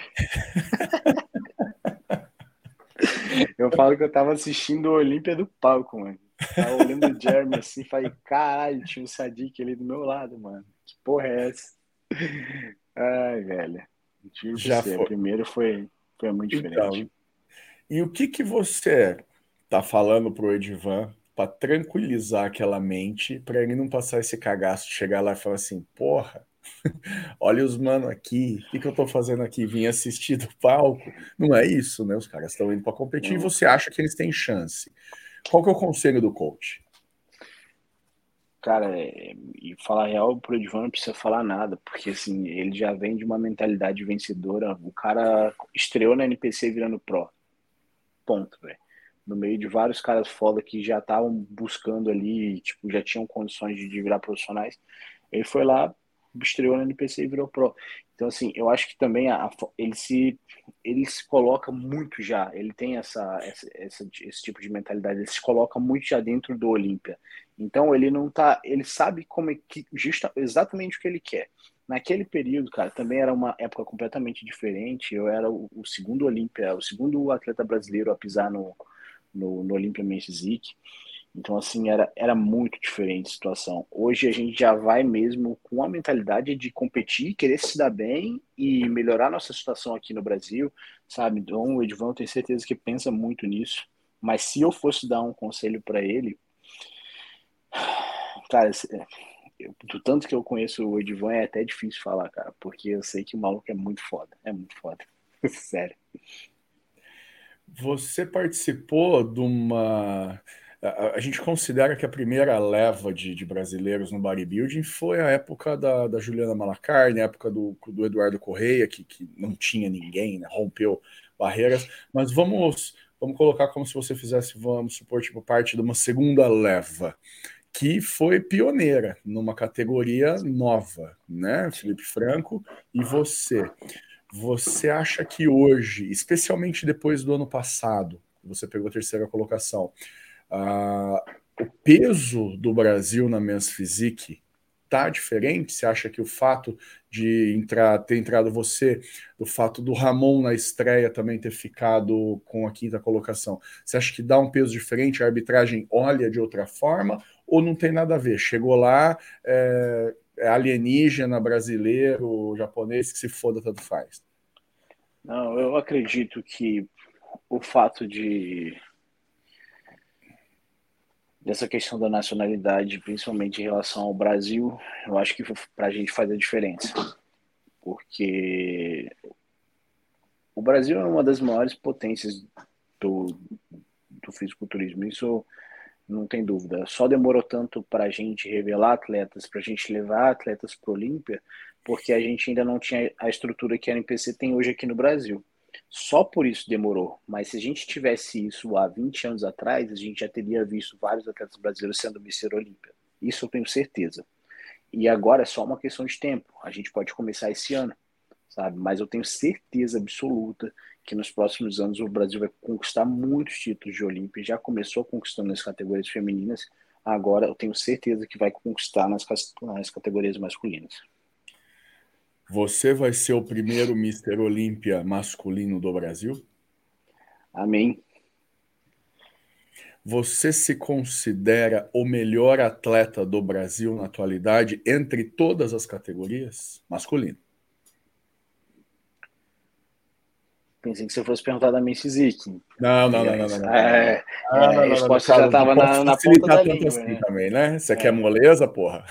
S2: Eu falo que eu tava assistindo o Olímpia do palco, mano. Tava olhando o Jeremy assim, falei, caralho, tinha um Sadiq ali do meu lado, mano. Que porra é essa? Ai, velho. Juro pra
S1: Já
S2: você,
S1: foi.
S2: primeiro foi, foi muito diferente.
S1: Então, e o que que você tá falando pro Edivan para tranquilizar aquela mente, para ele não passar esse cagaço de chegar lá e falar assim, porra, olha os mano aqui, o que que eu tô fazendo aqui? Vim assistir do palco. Não é isso, né? Os caras estão indo para competir e
S2: Não,
S1: você acha que eles têm chance. Qual que é o conselho do coach?
S2: cara, é, e falar real pro Edvan não precisa falar nada, porque assim, ele já vem de uma mentalidade vencedora. O cara estreou na N P C virando pró. Ponto, velho. No meio de vários caras foda que já estavam buscando ali, tipo, já tinham condições de, de virar profissionais. Ele foi lá, estreou no N P C e virou pro. Então, assim, eu acho que também a, a, ele, se, ele se coloca muito já, ele tem essa, essa, essa, esse tipo de mentalidade, ele se coloca muito já dentro do Olímpia. Então, ele não tá, ele sabe como é que, justa, exatamente o que ele quer. Naquele período, cara, também era uma época completamente diferente. Eu era o, o segundo Olímpia, o segundo atleta brasileiro a pisar no, no, no Olímpia Men's Physique. Então, assim, era, era muito diferente a situação. Hoje a gente já vai mesmo com a mentalidade de competir, querer se dar bem e melhorar nossa situação aqui no Brasil, sabe? Então, o Edvan, eu tenho certeza que pensa muito nisso. Mas se eu fosse dar um conselho para ele, cara, eu, do tanto que eu conheço o Edvan, é até difícil falar, cara, porque eu sei que o maluco é muito foda, é muito foda. Sério.
S1: Você participou de uma. A, a gente considera que a primeira leva de, de brasileiros no bodybuilding foi a época da, da Juliana Malacarne, a época do, do Eduardo Correia, que, que não tinha ninguém, né? Rompeu barreiras. Mas vamos, vamos colocar como se você fizesse, vamos supor, tipo, parte de uma segunda leva, que foi pioneira numa categoria nova, né? Felipe Franco e você. Você acha que hoje, especialmente depois do ano passado, você pegou a terceira colocação, uh, o peso do Brasil na Men's Physique tá diferente? Você acha que o fato de entrar, ter entrado você, o fato do Ramon na estreia também ter ficado com a quinta colocação, você acha que dá um peso diferente? A arbitragem olha de outra forma ou não tem nada a ver? Chegou lá, é, é alienígena, brasileiro, japonês, que se foda, tanto faz.
S2: Não, eu acredito que o fato de dessa questão da nacionalidade, principalmente em relação ao Brasil, eu acho que para a gente faz a diferença, porque o Brasil é uma das maiores potências do, do fisiculturismo, isso não tem dúvida. Só demorou tanto para a gente revelar atletas, para a gente levar atletas para o Olímpia, porque a gente ainda não tinha a estrutura que a N P C tem hoje aqui no Brasil. Só por isso demorou. Mas se a gente tivesse isso há vinte anos atrás, a gente já teria visto vários atletas brasileiros sendo Mister Olímpia. Isso eu tenho certeza. E agora é só uma questão de tempo. A gente pode começar esse ano, sabe? Mas eu tenho certeza absoluta que nos próximos anos o Brasil vai conquistar muitos títulos de Olímpia. Já começou conquistando nas categorias femininas, agora eu tenho certeza que vai conquistar nas, nas categorias masculinas.
S1: Você vai ser o primeiro Mister Olímpia masculino do Brasil?
S2: Amém.
S1: Você se considera o melhor atleta do Brasil na atualidade entre todas as categorias? Masculino.
S2: Pensei que você fosse perguntar da Men's Physique.
S1: Não, não, não, não, não, não, não.
S2: É,
S1: Ah,
S2: é,
S1: não,
S2: a
S1: não, não, não,
S2: resposta já
S1: cara, não
S2: estava
S1: posso
S2: na, na ponta
S1: facilitar
S2: da
S1: tanto
S2: língua,
S1: assim
S2: né?
S1: também, né? Você quer
S2: É.
S1: moleza, porra?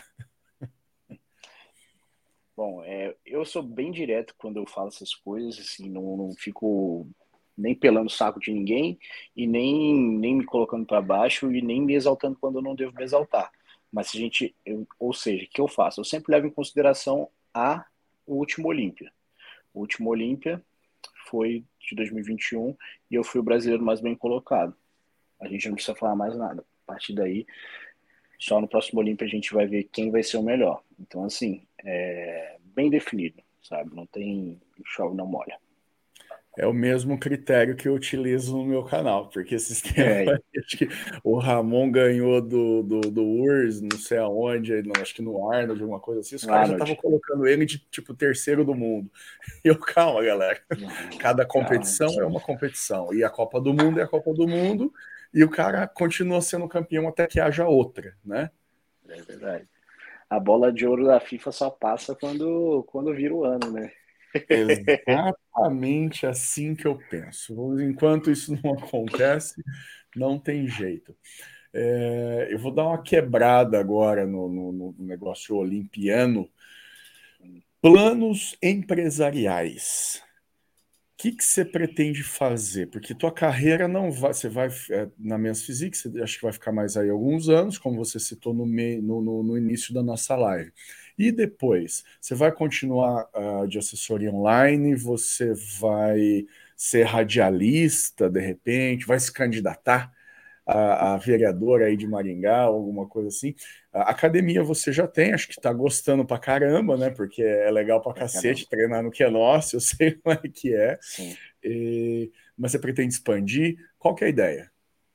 S2: Bom, é, eu sou bem direto quando eu falo essas coisas, assim, não, não fico nem pelando o saco de ninguém e nem, nem me colocando para baixo e nem me exaltando quando eu não devo me exaltar. Mas se a gente, eu, ou seja, o que eu faço? Eu sempre levo em consideração a o último Olímpia. O último Olímpia foi de dois mil e vinte e um e eu fui o brasileiro mais bem colocado. A gente não precisa falar mais nada. A partir daí, só no próximo Olímpia a gente vai ver quem vai ser o melhor. Então, assim, é bem definido, sabe? Não tem chove, não molha.
S1: É o mesmo critério que eu utilizo no meu canal, porque esses tempos
S2: É,
S1: acho que o Ramon ganhou do, do, do U R S S, não sei aonde, não, acho que no Arnold, alguma coisa assim, os caras já estavam
S2: Arnold.
S1: colocando ele de tipo terceiro do mundo. E eu, calma, galera, cada
S2: Calma.
S1: competição é uma competição, e a Copa do Mundo é a Copa do Mundo, e o cara continua sendo campeão até que haja outra, né?
S2: É verdade. A bola de ouro da FIFA só passa quando, quando vira o ano, né?
S1: Exatamente assim que eu penso. Enquanto isso não acontece, não tem jeito. É, eu vou dar uma quebrada agora no, no, no negócio olimpiano. Planos empresariais. O que, que você pretende fazer? Porque tua carreira não vai. Você vai é, na Men's Physique, você acho que vai ficar mais aí alguns anos, como você citou no, me, no, no, no início da nossa live. E depois, você vai continuar uh, de assessoria online? Você vai ser radialista de repente? Vai se candidatar a, a vereadora aí de Maringá, alguma coisa assim. A academia você já tem, acho que tá gostando pra caramba, né? Porque é legal pra
S2: Pra caramba.
S1: cacete treinar no que é nosso, eu sei como é que é.
S2: Sim.
S1: E- mas você pretende expandir? Qual que é a ideia?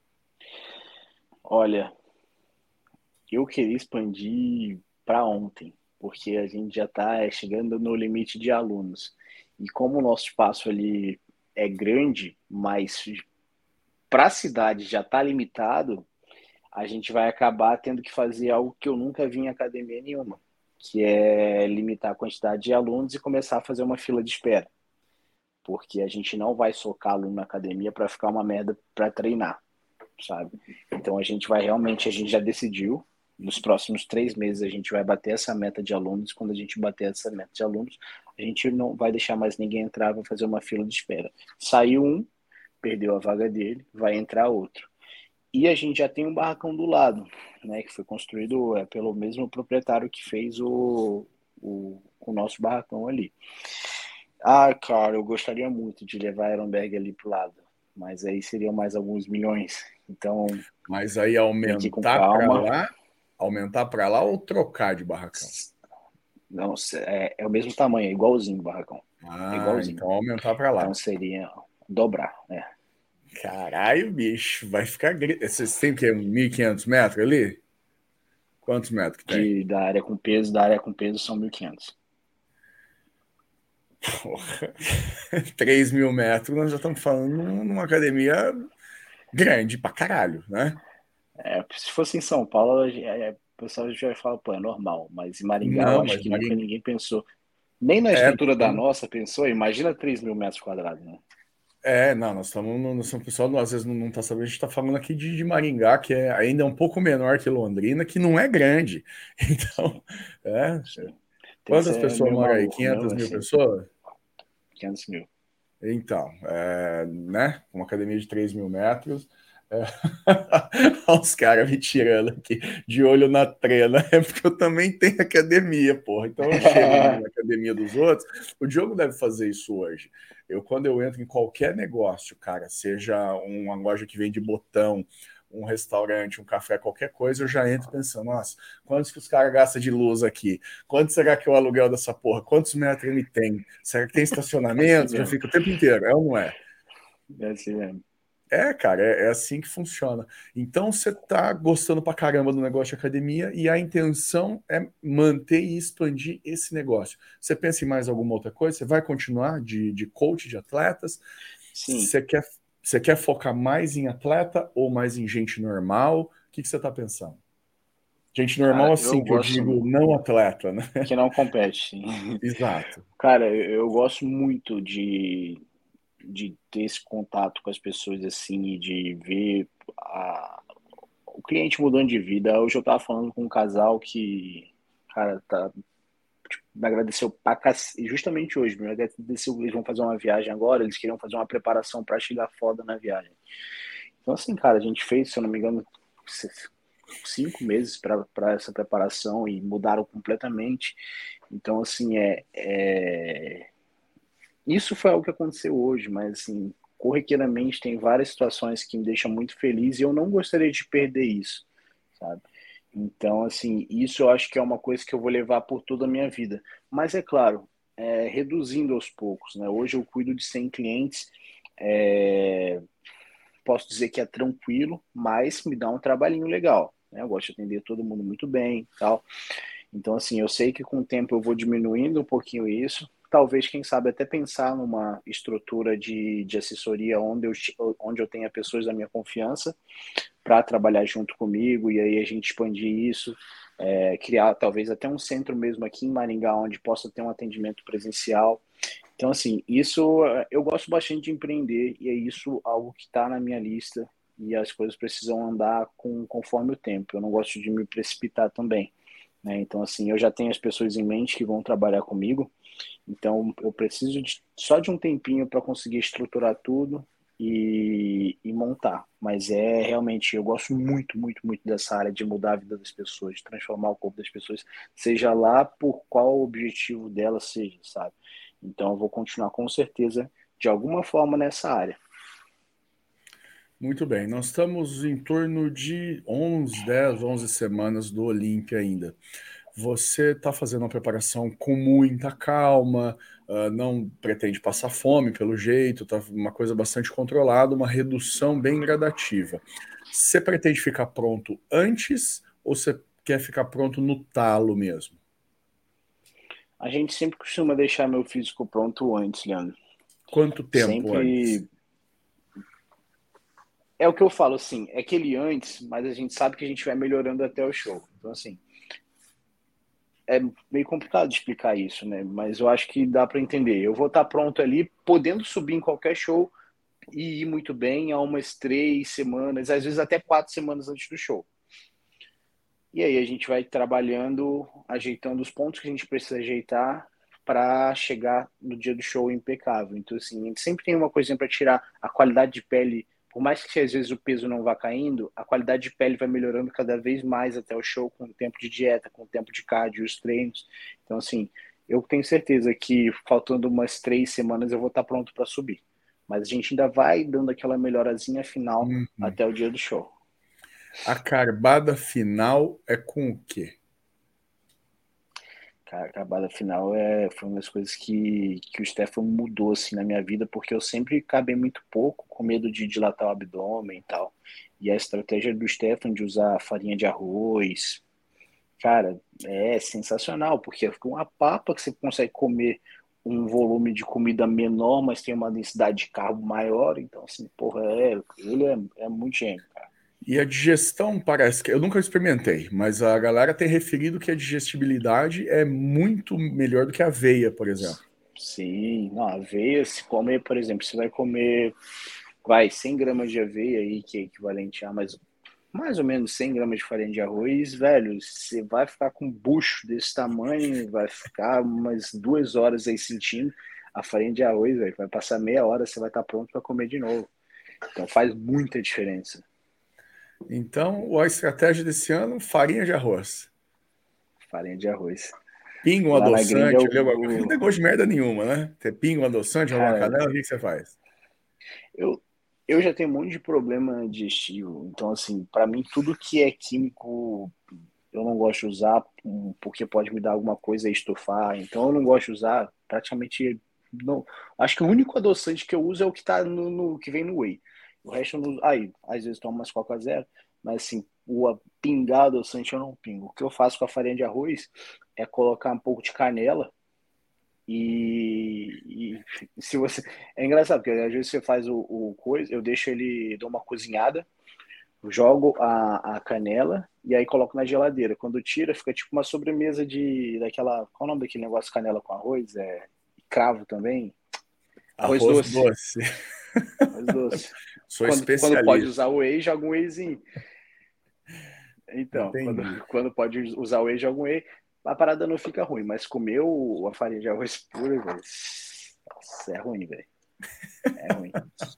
S2: Olha, eu queria expandir para ontem, porque a gente já está chegando no limite de alunos. E como o nosso espaço ali é grande, mas para a cidade já está limitado, a gente vai acabar tendo que fazer algo que eu nunca vi em academia nenhuma, que é limitar a quantidade de alunos e começar a fazer uma fila de espera. Porque a gente não vai socar aluno na academia para ficar uma merda para treinar, sabe? Então a gente vai realmente, a gente já decidiu, nos próximos três meses a gente vai bater essa meta de alunos. Quando a gente bater essa meta de alunos, a gente não vai deixar mais ninguém entrar, vai fazer uma fila de espera. Saiu um, perdeu a vaga dele, vai entrar outro. E a gente já tem um barracão do lado, né, que foi construído é, pelo mesmo proprietário que fez o, o, o nosso barracão ali. Ah, cara, eu gostaria muito de levar a Ironberg ali pro lado, mas aí seriam mais alguns milhões. Então,
S1: Mas aí
S2: tem que ir com
S1: aumentar para
S2: calma.
S1: lá, aumentar para lá ou trocar de barracão?
S2: Não, é, é o mesmo tamanho, é igualzinho o barracão. É
S1: Ah,
S2: igualzinho.
S1: então aumentar para
S2: Então
S1: lá.
S2: seria dobrar, né?
S1: Caralho, bicho, vai ficar. gri- Vocês têm o quê? mil e quinhentos metros ali? Quantos metros que tem?
S2: De, da área com peso, da área com peso são mil e quinhentos.
S1: Porra. três mil metros, nós já estamos falando numa academia grande pra caralho, né?
S2: É, se fosse em São Paulo, é, o pessoal já fala, pô, é normal. Mas em Maringá, eu
S1: Não,
S2: acho
S1: mas
S2: que nunca
S1: Maringá.
S2: ninguém pensou. Nem na
S1: É, nós
S2: estrutura da
S1: estamos.
S2: nossa pensou, imagina três mil metros quadrados, né?
S1: É, não, nós estamos. Nós estamos pessoal, às vezes não, não tá sabendo, a gente está falando aqui de, de Maringá, que é ainda um pouco menor que Londrina, que não é grande.
S2: Sim,
S1: Então, é.
S2: sim. Tem que
S1: Quantas
S2: ser
S1: pessoas
S2: meio
S1: moram aí?
S2: maluco mesmo,
S1: quinhentas mil
S2: assim,
S1: pessoas?
S2: quinhentos mil.
S1: Então, é, né? Uma academia de três mil metros. É. Olha os caras me tirando aqui de olho na trena. É porque eu também tenho academia, porra. Então eu chego ali na academia dos outros. O Diogo deve fazer isso hoje. Eu, quando eu entro em qualquer negócio, cara, seja uma loja que vende botão, um restaurante, um café, qualquer coisa, eu já entro pensando, nossa, quantos que os caras gastam de luz aqui? Quanto será que é o aluguel dessa porra? Quantos metros ele tem? Será que tem
S2: É assim
S1: estacionamento? Já
S2: mesmo.
S1: fica o tempo inteiro, é ou não é?
S2: É assim mesmo.
S1: É, cara, é, é assim que funciona. Então você tá gostando pra caramba do negócio de academia e a intenção é manter e expandir esse negócio. Você pensa em mais alguma outra coisa? Você vai continuar de, de coach de atletas?
S2: Sim.
S1: Você quer, você quer focar mais em atleta ou mais em gente normal? O que, que você tá pensando? Gente normal,
S2: Cara, eu
S1: assim, que eu
S2: gosto
S1: digo não atleta, né?
S2: que não compete, sim.
S1: Exato.
S2: Cara, eu, eu gosto muito de, de ter esse contato com as pessoas assim e de ver a, o cliente mudando de vida. Hoje eu tava falando com um casal que, cara, tá, me agradeceu pra cacete, justamente hoje, me agradeceu, eles vão fazer uma viagem agora, eles queriam fazer uma preparação para chegar foda na viagem. Então, assim, cara, a gente fez, se eu não me engano, cinco meses para essa preparação e mudaram completamente. Então, assim, é, é... isso foi algo que aconteceu hoje, mas, assim, corriqueiramente tem várias situações que me deixam muito feliz e eu não gostaria de perder isso, sabe? Então, assim, isso eu acho que é uma coisa que eu vou levar por toda a minha vida. Mas, é claro, é, reduzindo aos poucos, né? Hoje eu cuido de cem clientes, é, posso dizer que é tranquilo, mas me dá um trabalhinho legal, né? Eu gosto de atender todo mundo muito bem, tal. Então, assim, eu sei que com o tempo eu vou diminuindo um pouquinho isso. Talvez, quem sabe, até pensar numa estrutura de, de assessoria onde eu, onde eu tenha pessoas da minha confiança para trabalhar junto comigo e aí a gente expandir isso, é, criar talvez até um centro mesmo aqui em Maringá onde possa ter um atendimento presencial. Então, assim, isso eu gosto bastante de empreender e é isso algo que está na minha lista e as coisas precisam andar com, conforme o tempo. Eu não gosto de me precipitar também, né? Então, assim, eu já tenho as pessoas em mente que vão trabalhar comigo, então eu preciso de, só de um tempinho para conseguir estruturar tudo e, e montar. Mas é realmente, eu gosto muito, muito, muito dessa área de mudar a vida das pessoas, de transformar o corpo das pessoas, seja lá por qual o objetivo dela seja, sabe? Então eu vou continuar com certeza de alguma forma nessa área.
S1: Muito bem, nós estamos em torno de onze, dez, onze semanas do Olímpia ainda. Você está fazendo uma preparação com muita calma, uh, não pretende passar fome pelo jeito, tá uma coisa bastante controlada, uma redução bem gradativa. Você pretende ficar pronto antes ou você quer ficar pronto no talo mesmo?
S2: A gente sempre costuma deixar meu físico pronto antes, Leandro.
S1: Quanto tempo antes?
S2: Sempre. É o que eu falo, assim, é aquele antes, mas a gente sabe que a gente vai melhorando até o show. Então, assim, é meio complicado de explicar isso, né? Mas eu acho que dá para entender. Eu vou estar pronto ali, podendo subir em qualquer show e ir muito bem há umas três semanas, às vezes até quatro semanas antes do show. E aí a gente vai trabalhando, ajeitando os pontos que a gente precisa ajeitar para chegar no dia do show impecável. Então, assim, a gente sempre tem uma coisinha para tirar a qualidade de pele. Por mais que às vezes o peso não vá caindo, a qualidade de pele vai melhorando cada vez mais até o show, com o tempo de dieta, com o tempo de cardio, os treinos. Então, assim, eu tenho certeza que faltando umas três semanas eu vou estar pronto para subir. Mas a gente ainda vai dando aquela melhorazinha final
S1: Uhum.
S2: até o dia do show.
S1: A carbada final é com o quê?
S2: Cara, a carbada final é, foi uma das coisas que, que o Stefan mudou assim na minha vida, porque eu sempre acabei muito pouco, com medo de dilatar o abdômen e tal. E a estratégia do Stefan de usar farinha de arroz, cara, é sensacional, porque fica uma papa que você consegue comer um volume de comida menor, mas tem uma densidade de carbo maior. Então, assim, porra, é, ele é, é muito gênio, cara.
S1: E a digestão parece que eu nunca experimentei, mas a galera tem referido que a digestibilidade é muito melhor do que a aveia, por exemplo.
S2: Sim, não, aveia, se comer, por exemplo, você vai comer, vai, cem gramas de aveia aí, que é equivalente a mais, mais ou menos cem gramas de farinha de arroz, velho, você vai ficar com um bucho desse tamanho, vai ficar umas duas horas aí sentindo a farinha de arroz, velho, vai passar meia hora, você vai estar pronto para comer de novo. Então faz muita diferença.
S1: Então, a estratégia desse ano, farinha de arroz.
S2: Farinha de arroz.
S1: Pinga um
S2: Lá na gringa, é
S1: adoçante,
S2: o,
S1: ali, alguma coisa. Não
S2: o
S1: tem gosto de merda nenhuma, né? Você pinga um adoçante, joga uma
S2: cara,
S1: canela, o que que você faz?
S2: Eu, eu já tenho um monte de problema digestivo, então, assim, para mim, tudo que é químico eu não gosto de usar hum, porque pode me dar alguma coisa e estufar, então eu não gosto de usar praticamente. Não. Acho que o único adoçante que eu uso é o que tá no, no- que vem no whey. O resto eu não uso. Aí, às vezes tomo umas Coca Zero, mas assim, o a- pingar adoçante eu não pingo. O que eu faço com a farinha de arroz é colocar um pouco de canela e, e se você. É engraçado, porque às vezes você faz o, o coisa, eu deixo ele, dou uma cozinhada, jogo a, a canela e aí coloco na geladeira. Quando tira, fica tipo uma sobremesa de daquela. Qual é o nome daquele negócio de canela com arroz? É cravo também? Arroz
S1: Arroz
S2: doce.
S1: doce.
S2: Arroz doce.
S1: Sou
S2: Quando, quando pode
S1: especialista.
S2: usar o whey, joga um wheyzinho. Então, quando,
S1: Entendi.
S2: quando pode usar o whey, joga um whey. A parada não fica ruim, mas comer o, a farinha de arroz pura, velho, nossa, é ruim, velho. É ruim.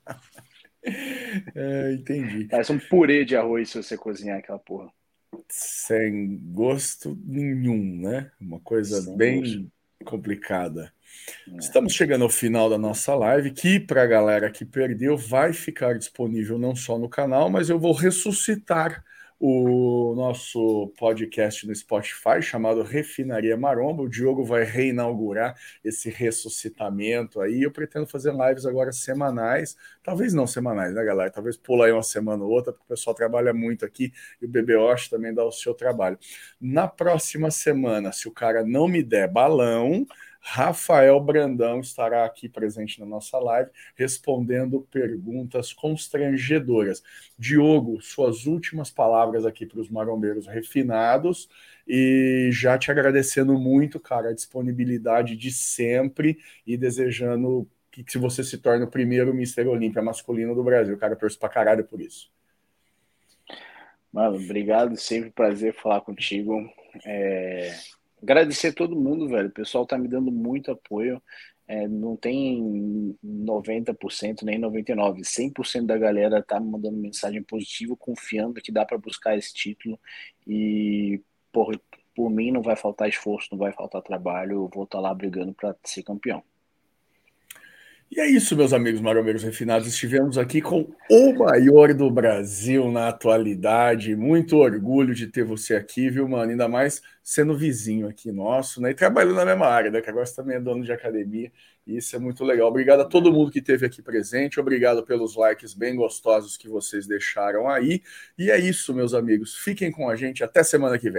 S1: É, entendi.
S2: Parece um purê de arroz se você cozinhar aquela porra.
S1: Sem gosto nenhum, né? Uma coisa
S2: Sem gosto.
S1: bem complicada.
S2: É.
S1: Estamos chegando ao final da nossa live, que para a galera que perdeu vai ficar disponível não só no canal, mas eu vou ressuscitar o nosso podcast no Spotify chamado Refinaria Maromba. O Diogo vai reinaugurar esse ressuscitamento aí. Eu pretendo fazer lives agora semanais, talvez não semanais, né, galera? Talvez pular aí uma semana ou outra, porque o pessoal trabalha muito aqui e o Bebê Osh também dá o seu trabalho. Na próxima semana, se o cara não me der balão, Rafael Brandão estará aqui presente na nossa live, respondendo perguntas constrangedoras. Diogo, suas últimas palavras aqui para os marombeiros refinados e já te agradecendo muito, cara, a disponibilidade de sempre e desejando que, que você se torne o primeiro Mister Olímpia masculino do Brasil. Cara, eu torço pra caralho por isso.
S2: Mano, obrigado. Sempre prazer falar contigo. É... Agradecer a todo mundo, velho. O pessoal tá me dando muito apoio. É, não tem noventa por cento nem noventa e nove por cento. cem por cento da galera tá me mandando mensagem positiva, confiando que dá para buscar esse título. E, por, por mim, não vai faltar esforço, não vai faltar trabalho. Eu vou estar lá brigando para ser campeão.
S1: E é isso, meus amigos marombeiros refinados. Estivemos aqui com o maior do Brasil na atualidade. Muito orgulho de ter você aqui, viu, mano? Ainda mais sendo vizinho aqui nosso, né? E trabalhando na mesma área, né? Que agora você também é dono de academia. E isso é muito legal. Obrigado a todo mundo que esteve aqui presente. Obrigado pelos likes bem gostosos que vocês deixaram aí. E é isso, meus amigos. Fiquem com a gente. Até semana que vem.